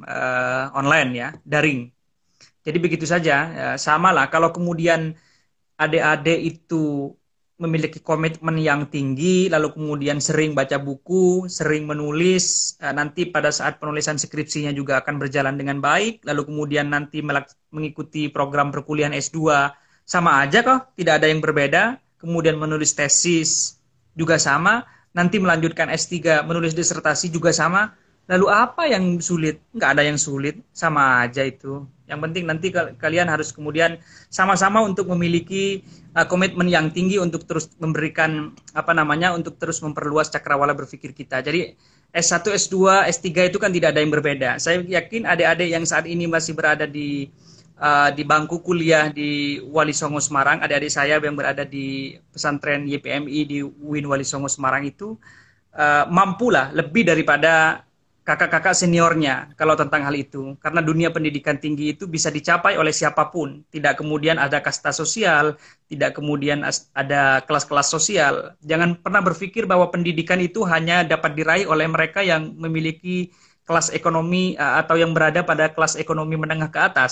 uh, online ya, daring. Jadi begitu saja, ya, sama lah. Kalau kemudian adik-adik itu memiliki komitmen yang tinggi, lalu kemudian sering baca buku, sering menulis, nanti pada saat penulisan skripsinya juga akan berjalan dengan baik, lalu kemudian nanti mengikuti program perkuliahan S dua, sama aja kok, tidak ada yang berbeda. Kemudian menulis tesis juga sama, nanti melanjutkan S tiga, menulis disertasi juga sama. Lalu apa yang sulit? Nggak ada yang sulit, sama aja itu. Yang penting nanti kalian harus kemudian sama-sama untuk memiliki uh, komitmen yang tinggi untuk terus memberikan apa namanya untuk terus memperluas cakrawala berpikir kita. Jadi S satu, S dua, S tiga itu kan tidak ada yang berbeda. Saya yakin adik-adik yang saat ini masih berada di uh, di bangku kuliah di Wali Songo Semarang, adik-adik saya yang berada di pesantren Y P M I di U I N Wali Songo Semarang itu uh, mampulah lebih daripada kakak-kakak seniornya kalau tentang hal itu. Karena dunia pendidikan tinggi itu bisa dicapai oleh siapapun. Tidak kemudian ada kasta sosial, tidak kemudian ada kelas-kelas sosial. Jangan pernah berpikir bahwa pendidikan itu hanya dapat diraih oleh mereka yang memiliki kelas ekonomi atau yang berada pada kelas ekonomi menengah ke atas.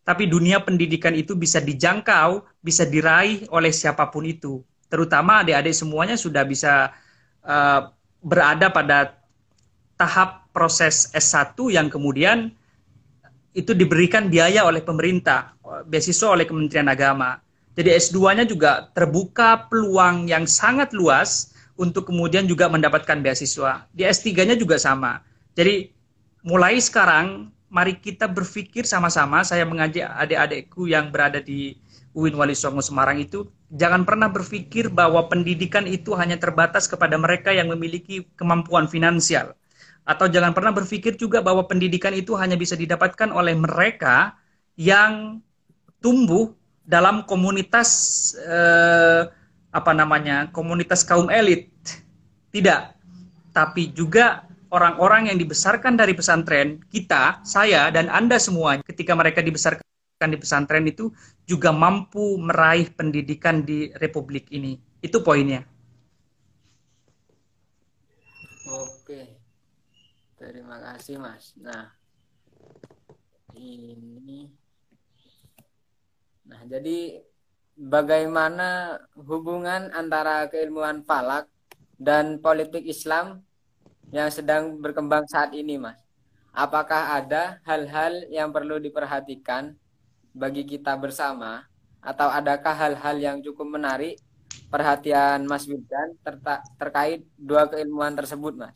tapi dunia pendidikan itu bisa dijangkau, bisa diraih oleh siapapun itu. Terutama adik-adik semuanya sudah bisa uh, berada pada tahap proses S satu yang kemudian itu diberikan biaya oleh pemerintah, beasiswa oleh Kementerian Agama. Jadi S dua-nya juga terbuka peluang yang sangat luas untuk kemudian juga mendapatkan beasiswa. Di S tiga-nya juga sama. Jadi mulai sekarang, mari kita berpikir sama-sama, saya mengajak adik-adikku yang berada di U I N Wali Songo Semarang itu, jangan pernah berpikir bahwa pendidikan itu hanya terbatas kepada mereka yang memiliki kemampuan finansial. Atau jangan pernah berpikir juga bahwa pendidikan itu hanya bisa didapatkan oleh mereka yang tumbuh dalam komunitas eh, apa namanya komunitas kaum elit. Tidak, tapi juga orang-orang yang dibesarkan dari pesantren, kita, saya dan Anda semua, ketika mereka dibesarkan di pesantren itu juga mampu meraih pendidikan di Republik ini. Itu poinnya. Oke, terima kasih Mas. Nah, ini, nah jadi bagaimana hubungan antara keilmuan falak dan politik Islam yang sedang berkembang saat ini, Mas? Apakah ada hal-hal yang perlu diperhatikan bagi kita bersama, atau adakah hal-hal yang cukup menarik perhatian Mas Wildan terkait dua keilmuan tersebut, Mas?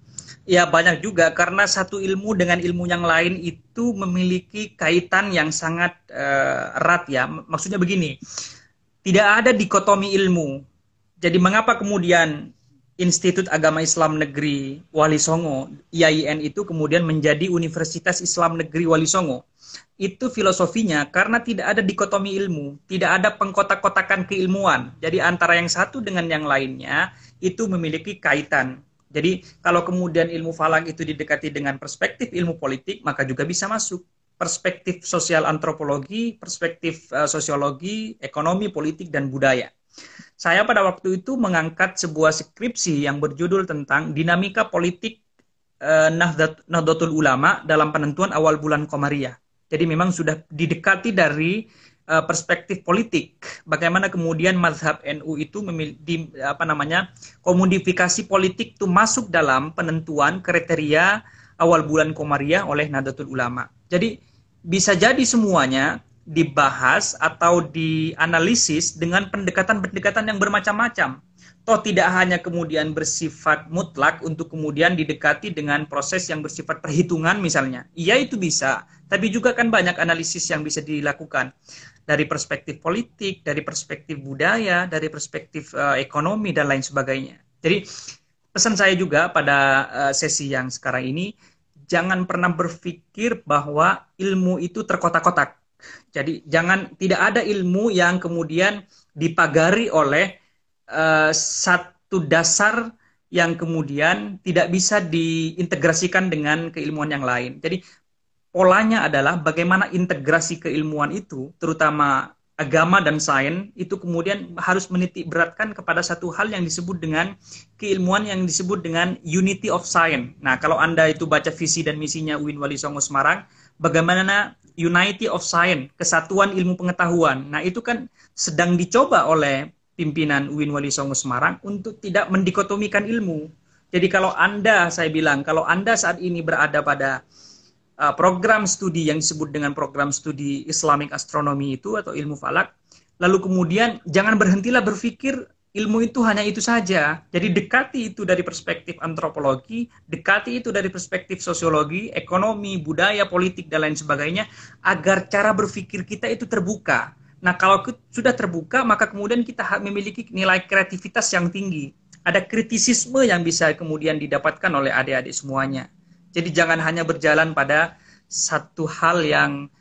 Ya, banyak juga, karena satu ilmu dengan ilmu yang lain itu memiliki kaitan yang sangat uh, erat ya. Maksudnya begini, tidak ada dikotomi ilmu. Jadi mengapa kemudian Institut Agama Islam Negeri Wali Songo, I A I N itu kemudian menjadi Universitas Islam Negeri Wali Songo? Itu filosofinya karena tidak ada dikotomi ilmu, tidak ada pengkotak-kotakan keilmuan. Jadi antara yang satu dengan yang lainnya itu memiliki kaitan. Jadi kalau kemudian ilmu falak itu didekati dengan perspektif ilmu politik, maka juga bisa masuk perspektif sosial antropologi, perspektif uh, sosiologi, ekonomi, politik, dan budaya. Saya pada waktu itu mengangkat sebuah skripsi yang berjudul tentang dinamika politik uh, Nahdlatul Ulama dalam penentuan awal bulan Qomariyah. Jadi memang sudah didekati dari uh, perspektif politik. Bagaimana kemudian mazhab N U itu memiliki apa namanya komodifikasi politik itu masuk dalam penentuan kriteria awal bulan Qomariyah oleh Nahdlatul Ulama. Jadi bisa jadi semuanya dibahas atau dianalisis dengan pendekatan-pendekatan yang bermacam-macam. Toh tidak hanya kemudian bersifat mutlak untuk kemudian didekati dengan proses yang bersifat perhitungan misalnya. Iya itu bisa, tapi juga kan banyak analisis yang bisa dilakukan dari perspektif politik, dari perspektif budaya, dari perspektif uh, ekonomi dan lain sebagainya. Jadi pesan saya juga pada uh, sesi yang sekarang ini, jangan pernah berpikir bahwa ilmu itu terkotak-kotak. Jadi jangan, tidak ada ilmu yang kemudian dipagari oleh uh, satu dasar yang kemudian tidak bisa diintegrasikan dengan keilmuan yang lain. Jadi polanya adalah bagaimana integrasi keilmuan itu, terutama agama dan sains, itu kemudian harus menitik beratkan kepada satu hal yang disebut dengan keilmuan yang disebut dengan unity of science. Nah, kalau Anda itu baca visi dan misinya U I N Wali Songo Semarang, bagaimana unity of science, kesatuan ilmu pengetahuan. Nah, itu kan sedang dicoba oleh pimpinan U I N Wali Songo Semarang untuk tidak mendikotomikan ilmu. Jadi kalau Anda, saya bilang, kalau Anda saat ini berada pada uh, program studi yang disebut dengan program studi Islamic Astronomy itu atau ilmu falak, lalu kemudian jangan berhentilah berpikir ilmu itu hanya itu saja. Jadi dekati itu dari perspektif antropologi, dekati itu dari perspektif sosiologi, ekonomi, budaya, politik, dan lain sebagainya, agar cara berpikir kita itu terbuka. Nah, kalau sudah terbuka, maka kemudian kita memiliki nilai kreativitas yang tinggi. Ada kritisisme yang bisa kemudian didapatkan oleh adik-adik semuanya. Jadi jangan hanya berjalan pada satu hal yang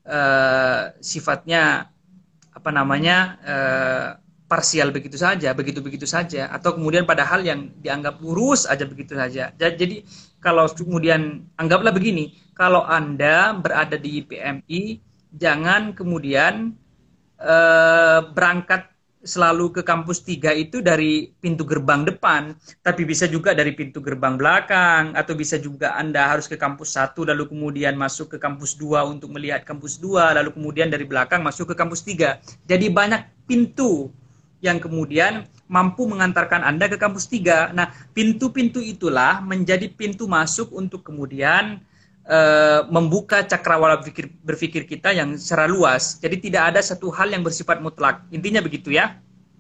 uh, sifatnya, apa namanya, uh, parsial begitu saja, begitu-begitu saja, atau kemudian pada hal yang dianggap lurus aja begitu saja. Jadi kalau kemudian anggaplah begini, kalau Anda berada di I P M I, jangan kemudian eh, berangkat selalu ke kampus tiga itu dari pintu gerbang depan, tapi bisa juga dari pintu gerbang belakang, atau bisa juga Anda harus ke kampus satu, lalu kemudian masuk ke kampus dua untuk melihat kampus dua, lalu kemudian dari belakang masuk ke kampus tiga. Jadi banyak pintu yang kemudian mampu mengantarkan Anda ke kampus tiga. Nah, pintu-pintu itulah menjadi pintu masuk untuk kemudian Uh, membuka cakrawala berpikir, berpikir kita yang secara luas. Jadi tidak ada satu hal yang bersifat mutlak. Intinya begitu ya.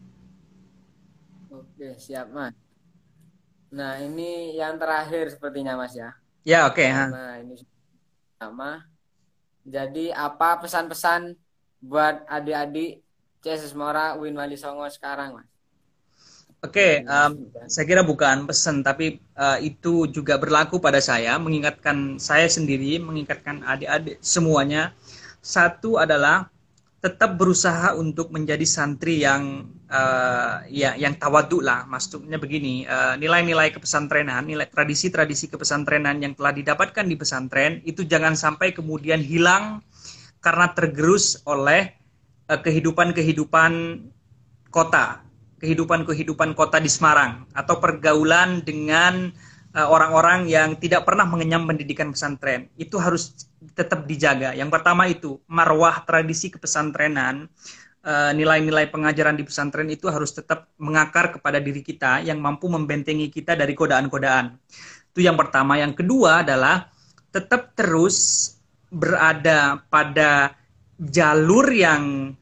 Oke, siap Mas. Nah, ini yang terakhir sepertinya Mas ya. Ya, oke. Okay, nah, ini sama. Jadi apa pesan-pesan buat adik-adik C S S Mora U I N Wali Songo sekarang Mas? Oke, okay, um, saya kira bukan pesan, tapi uh, itu juga berlaku pada saya, mengingatkan saya sendiri, mengingatkan adik-adik semuanya. Satu adalah tetap berusaha untuk menjadi santri yang uh, ya yang tawaduk lah. Maksudnya begini, uh, nilai-nilai kepesantrenan, nilai tradisi-tradisi kepesantrenan yang telah didapatkan di pesantren itu jangan sampai kemudian hilang karena tergerus oleh uh, kehidupan-kehidupan kota. kehidupan-kehidupan kota di Semarang atau pergaulan dengan orang-orang uh, yang tidak pernah mengenyam pendidikan pesantren. Itu harus tetap dijaga. Yang pertama itu marwah tradisi kepesantrenan, uh, nilai-nilai pengajaran di pesantren itu harus tetap mengakar kepada diri kita yang mampu membentengi kita dari godaan-godaan. Itu yang pertama. Yang kedua adalah tetap terus berada pada jalur yang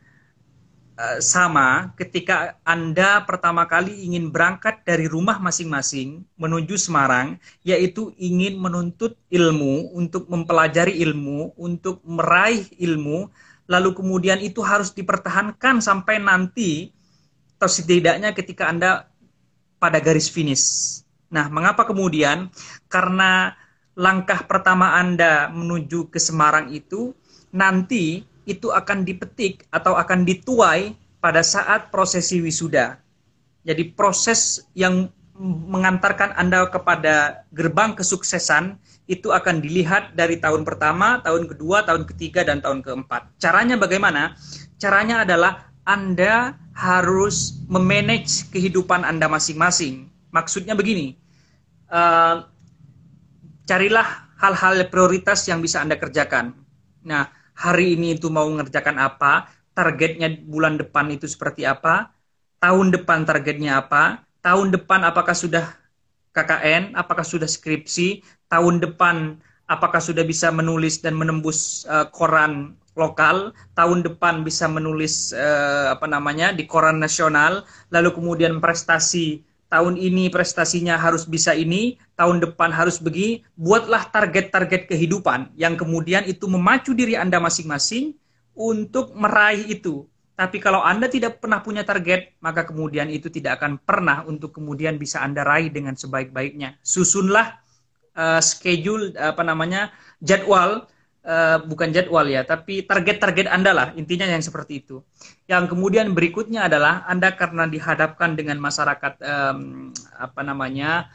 sama ketika Anda pertama kali ingin berangkat dari rumah masing-masing menuju Semarang, yaitu ingin menuntut ilmu, untuk mempelajari ilmu, untuk meraih ilmu, lalu kemudian itu harus dipertahankan sampai nanti, atau setidaknya ketika Anda pada garis finish. Nah, mengapa kemudian? Karena langkah pertama Anda menuju ke Semarang itu, nanti itu akan dipetik atau akan dituai pada saat prosesi wisuda. Jadi proses yang mengantarkan Anda kepada gerbang kesuksesan itu akan dilihat dari tahun pertama, tahun kedua, tahun ketiga, dan tahun keempat. Caranya bagaimana? Caranya adalah Anda harus memanage kehidupan Anda masing-masing. Maksudnya begini, uh, carilah hal-hal prioritas yang bisa Anda kerjakan. Nah, hari ini itu mau mengerjakan apa, targetnya bulan depan itu seperti apa, tahun depan targetnya apa, tahun depan apakah sudah K K N, apakah sudah skripsi, tahun depan apakah sudah bisa menulis dan menembus uh, koran lokal, tahun depan bisa menulis uh, apa namanya di koran nasional, lalu kemudian prestasi, tahun ini prestasinya harus bisa ini, tahun depan harus begini. Buatlah target-target kehidupan yang kemudian itu memacu diri Anda masing-masing untuk meraih itu. Tapi kalau Anda tidak pernah punya target, maka kemudian itu tidak akan pernah untuk kemudian bisa Anda raih dengan sebaik-baiknya. Susunlah uh, schedule, apa namanya, jadwal, uh, bukan jadwal ya, tapi target-target Anda lah, intinya yang seperti itu. Yang kemudian berikutnya adalah Anda karena dihadapkan dengan masyarakat, um, apa namanya,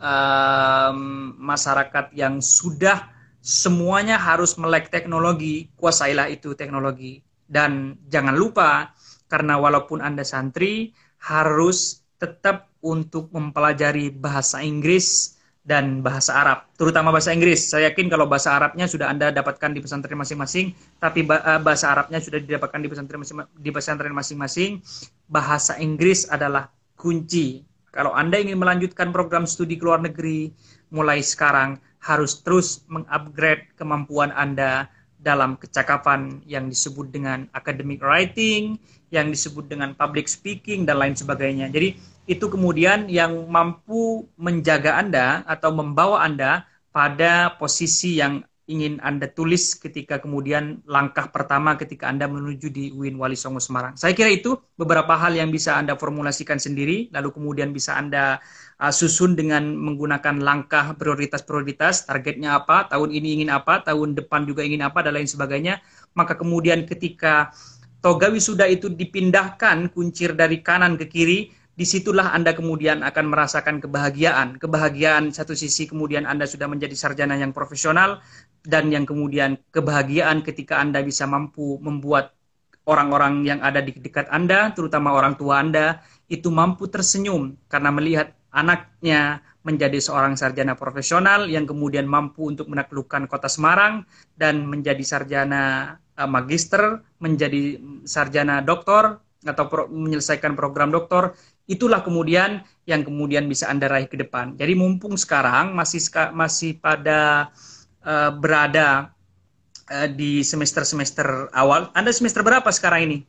um, masyarakat yang sudah semuanya harus melek teknologi, kuasailah itu teknologi. Dan jangan lupa, karena walaupun Anda santri, harus tetap untuk mempelajari bahasa Inggris dan bahasa Arab, terutama bahasa Inggris. Saya yakin kalau bahasa Arabnya sudah Anda dapatkan di pesantren masing-masing, tapi bahasa Arabnya sudah didapatkan di pesantren di pesantren masing-masing. Bahasa Inggris adalah kunci. Kalau Anda ingin melanjutkan program studi ke luar negeri, mulai sekarang harus terus mengupgrade kemampuan Anda dalam kecakapan yang disebut dengan academic writing, yang disebut dengan public speaking, dan lain sebagainya. Jadi itu kemudian yang mampu menjaga Anda atau membawa Anda pada posisi yang ingin Anda tulis ketika kemudian langkah pertama ketika Anda menuju di U I N Wali Songo Semarang. Saya kira itu beberapa hal yang bisa Anda formulasikan sendiri, lalu kemudian bisa Anda uh, susun dengan menggunakan langkah prioritas-prioritas, targetnya apa, tahun ini ingin apa, tahun depan juga ingin apa, dan lain sebagainya. Maka kemudian ketika toga wisuda itu dipindahkan kuncir dari kanan ke kiri, disitulah Anda kemudian akan merasakan kebahagiaan. Kebahagiaan satu sisi kemudian Anda sudah menjadi sarjana yang profesional, dan yang kemudian kebahagiaan ketika Anda bisa mampu membuat orang-orang yang ada di dekat Anda, terutama orang tua Anda, itu mampu tersenyum karena melihat anaknya menjadi seorang sarjana profesional yang kemudian mampu untuk menaklukkan kota Semarang dan menjadi sarjana uh, magister, menjadi sarjana doktor atau pro, menyelesaikan program doktor. Itulah kemudian yang kemudian bisa Anda raih ke depan. Jadi mumpung sekarang masih masih pada uh, berada uh, di semester-semester awal. Anda semester berapa sekarang ini?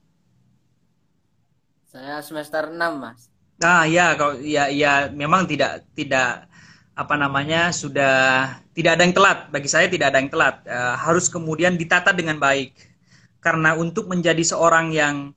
Saya semester enam, Mas. Nah, ya, kalau ya, ya, memang tidak, tidak apa namanya sudah tidak ada yang telat. Bagi saya tidak ada yang telat. Uh, harus kemudian ditata dengan baik. Karena untuk menjadi seorang yang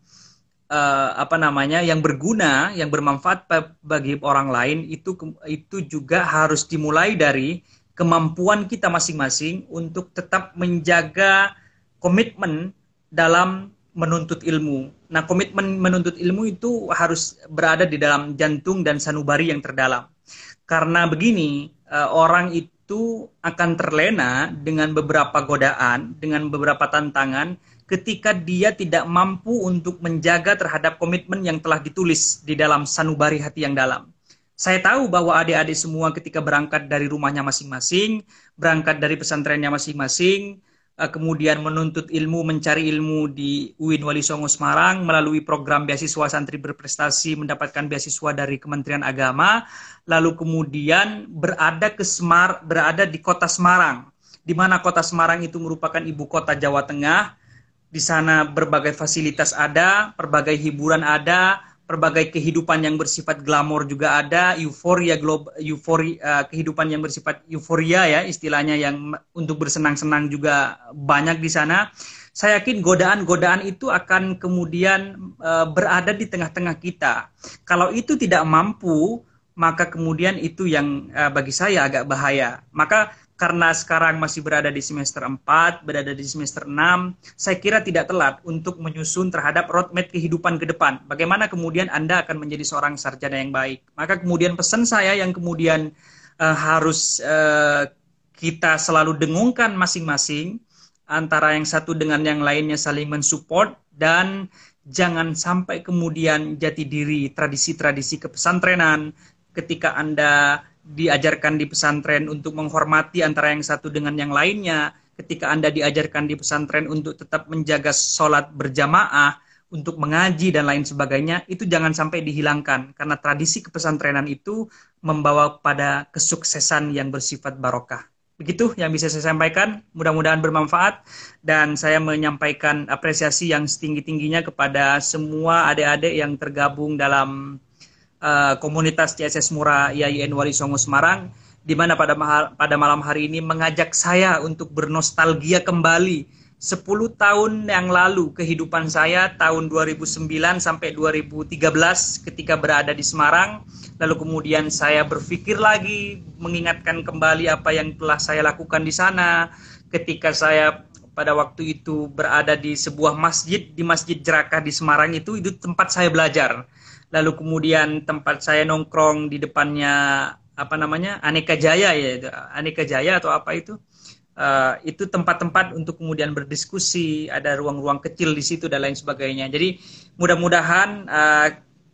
uh, apa namanya yang berguna, yang bermanfaat bagi orang lain itu itu juga harus dimulai dari kemampuan kita masing-masing untuk tetap menjaga komitmen dalam menuntut ilmu. Nah, komitmen menuntut ilmu itu harus berada di dalam jantung dan sanubari yang terdalam. Karena begini, orang itu akan terlena dengan beberapa godaan, dengan beberapa tantangan, ketika dia tidak mampu untuk menjaga terhadap komitmen yang telah ditulis di dalam sanubari hati yang dalam. Saya tahu bahwa adik-adik semua ketika berangkat dari rumahnya masing-masing, berangkat dari pesantrennya masing-masing, kemudian menuntut ilmu, mencari ilmu di U I N Wali Songo Semarang melalui program beasiswa santri berprestasi, mendapatkan beasiswa dari Kementerian Agama, lalu kemudian berada ke Semar, berada di kota Semarang, di mana kota Semarang itu merupakan ibu kota Jawa Tengah. Di sana berbagai fasilitas ada, berbagai hiburan ada, berbagai kehidupan yang bersifat glamor juga ada, euforia global, euforia uh, kehidupan yang bersifat euforia ya istilahnya, yang untuk bersenang-senang juga banyak di sana. Saya yakin godaan-godaan itu akan kemudian uh, berada di tengah-tengah kita. Kalau itu tidak mampu, maka kemudian itu yang uh, bagi saya agak bahaya. Maka karena sekarang masih berada di semester empat, berada di semester enam, saya kira tidak telat untuk menyusun terhadap roadmap kehidupan ke depan. Bagaimana kemudian Anda akan menjadi seorang sarjana yang baik. Maka kemudian pesan saya yang kemudian uh, harus uh, kita selalu dengungkan masing-masing, antara yang satu dengan yang lainnya saling mensupport, dan jangan sampai kemudian jati diri, tradisi-tradisi kepesantrenan, ketika Anda diajarkan di pesantren untuk menghormati antara yang satu dengan yang lainnya, ketika Anda diajarkan di pesantren untuk tetap menjaga sholat berjamaah, untuk mengaji dan lain sebagainya, itu jangan sampai dihilangkan, karena tradisi kepesantrenan itu membawa pada kesuksesan yang bersifat barokah. Begitu yang bisa saya sampaikan, mudah-mudahan bermanfaat, dan saya menyampaikan apresiasi yang setinggi-tingginya kepada semua adik-adik yang tergabung dalam Uh, komunitas C S S Mura I A I N Wali Songo Semarang, di mana pada, pada malam hari ini mengajak saya untuk bernostalgia kembali sepuluh tahun yang lalu kehidupan saya, tahun dua ribu sembilan sampai dua ribu tiga belas ketika berada di Semarang. Lalu kemudian saya berpikir lagi, mengingatkan kembali apa yang telah saya lakukan di sana ketika saya pada waktu itu berada di sebuah masjid, di Masjid Jerakah di Semarang. Itu itu tempat saya belajar. Lalu kemudian tempat saya nongkrong di depannya apa namanya Aneka Jaya ya, Aneka Jaya atau apa itu, uh, itu tempat-tempat untuk kemudian berdiskusi, ada ruang-ruang kecil di situ dan lain sebagainya. Jadi mudah-mudahan uh,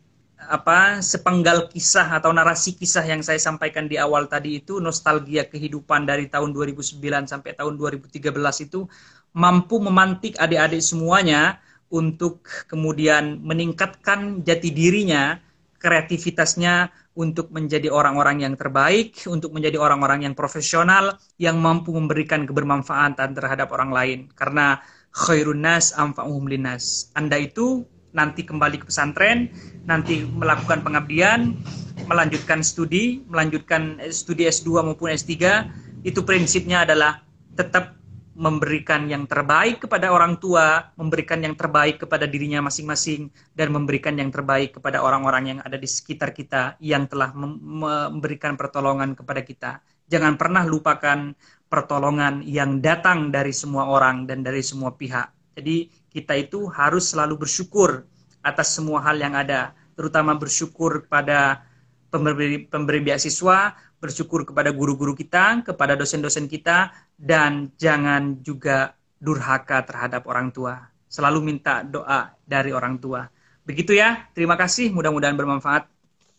apa sepenggal kisah atau narasi kisah yang saya sampaikan di awal tadi itu, nostalgia kehidupan dari tahun dua ribu sembilan sampai tahun dua ribu tiga belas itu mampu memantik adik-adik semuanya untuk kemudian meningkatkan jati dirinya, kreativitasnya untuk menjadi orang-orang yang terbaik, untuk menjadi orang-orang yang profesional, yang mampu memberikan kebermanfaatan terhadap orang lain. Karena khairun nas anfa'uhum linnas. Anda itu nanti kembali ke pesantren, nanti melakukan pengabdian, melanjutkan studi, melanjutkan studi S dua maupun S tiga, itu prinsipnya adalah tetap memberikan yang terbaik kepada orang tua, memberikan yang terbaik kepada dirinya masing-masing, dan memberikan yang terbaik kepada orang-orang yang ada di sekitar kita yang telah memberikan pertolongan kepada kita. Jangan pernah lupakan pertolongan yang datang dari semua orang dan dari semua pihak. Jadi kita itu harus selalu bersyukur atas semua hal yang ada, terutama bersyukur pada pemberi, pemberi beasiswa, bersyukur kepada guru-guru kita, kepada dosen-dosen kita, dan jangan juga durhaka terhadap orang tua. selalu minta doa dari orang tua. Begitu ya, terima kasih, mudah-mudahan bermanfaat.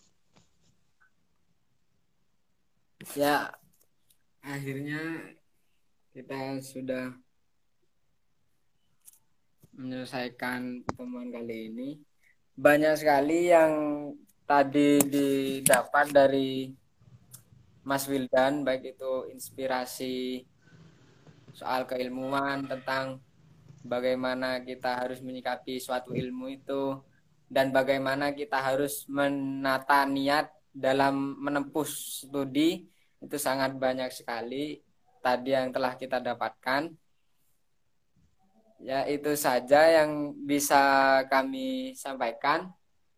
Ya, akhirnya kita sudah menyelesaikan pertemuan kali ini. Banyak sekali yang tadi didapat dari Mas Wildan, baik itu inspirasi soal keilmuan tentang bagaimana kita harus menyikapi suatu ilmu itu, dan bagaimana kita harus menata niat dalam menempuh studi. Itu sangat banyak sekali tadi yang telah kita dapatkan. Ya, itu saja yang bisa kami sampaikan.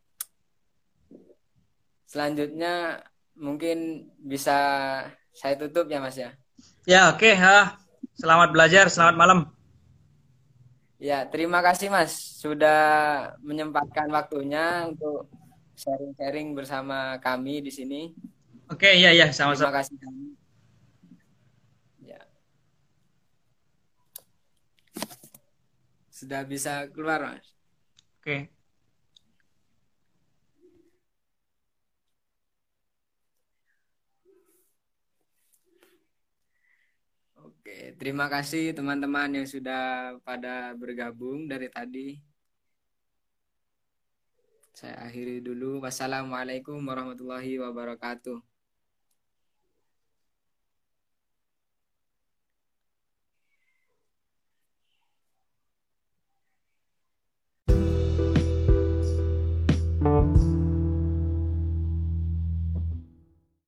Selanjutnya mungkin bisa saya tutup ya Mas ya. Ya, oke, ha. Selamat belajar, selamat malam. Ya, terima kasih Mas sudah menyempatkan waktunya untuk sharing-sharing bersama kami di sini. Oke, iya, iya, Terima sama-sama. kasih kami. Ya. Sudah bisa keluar Mas. Oke. Oke, terima kasih teman-teman yang sudah pada bergabung dari tadi. Saya akhiri dulu. Wassalamualaikum warahmatullahi wabarakatuh.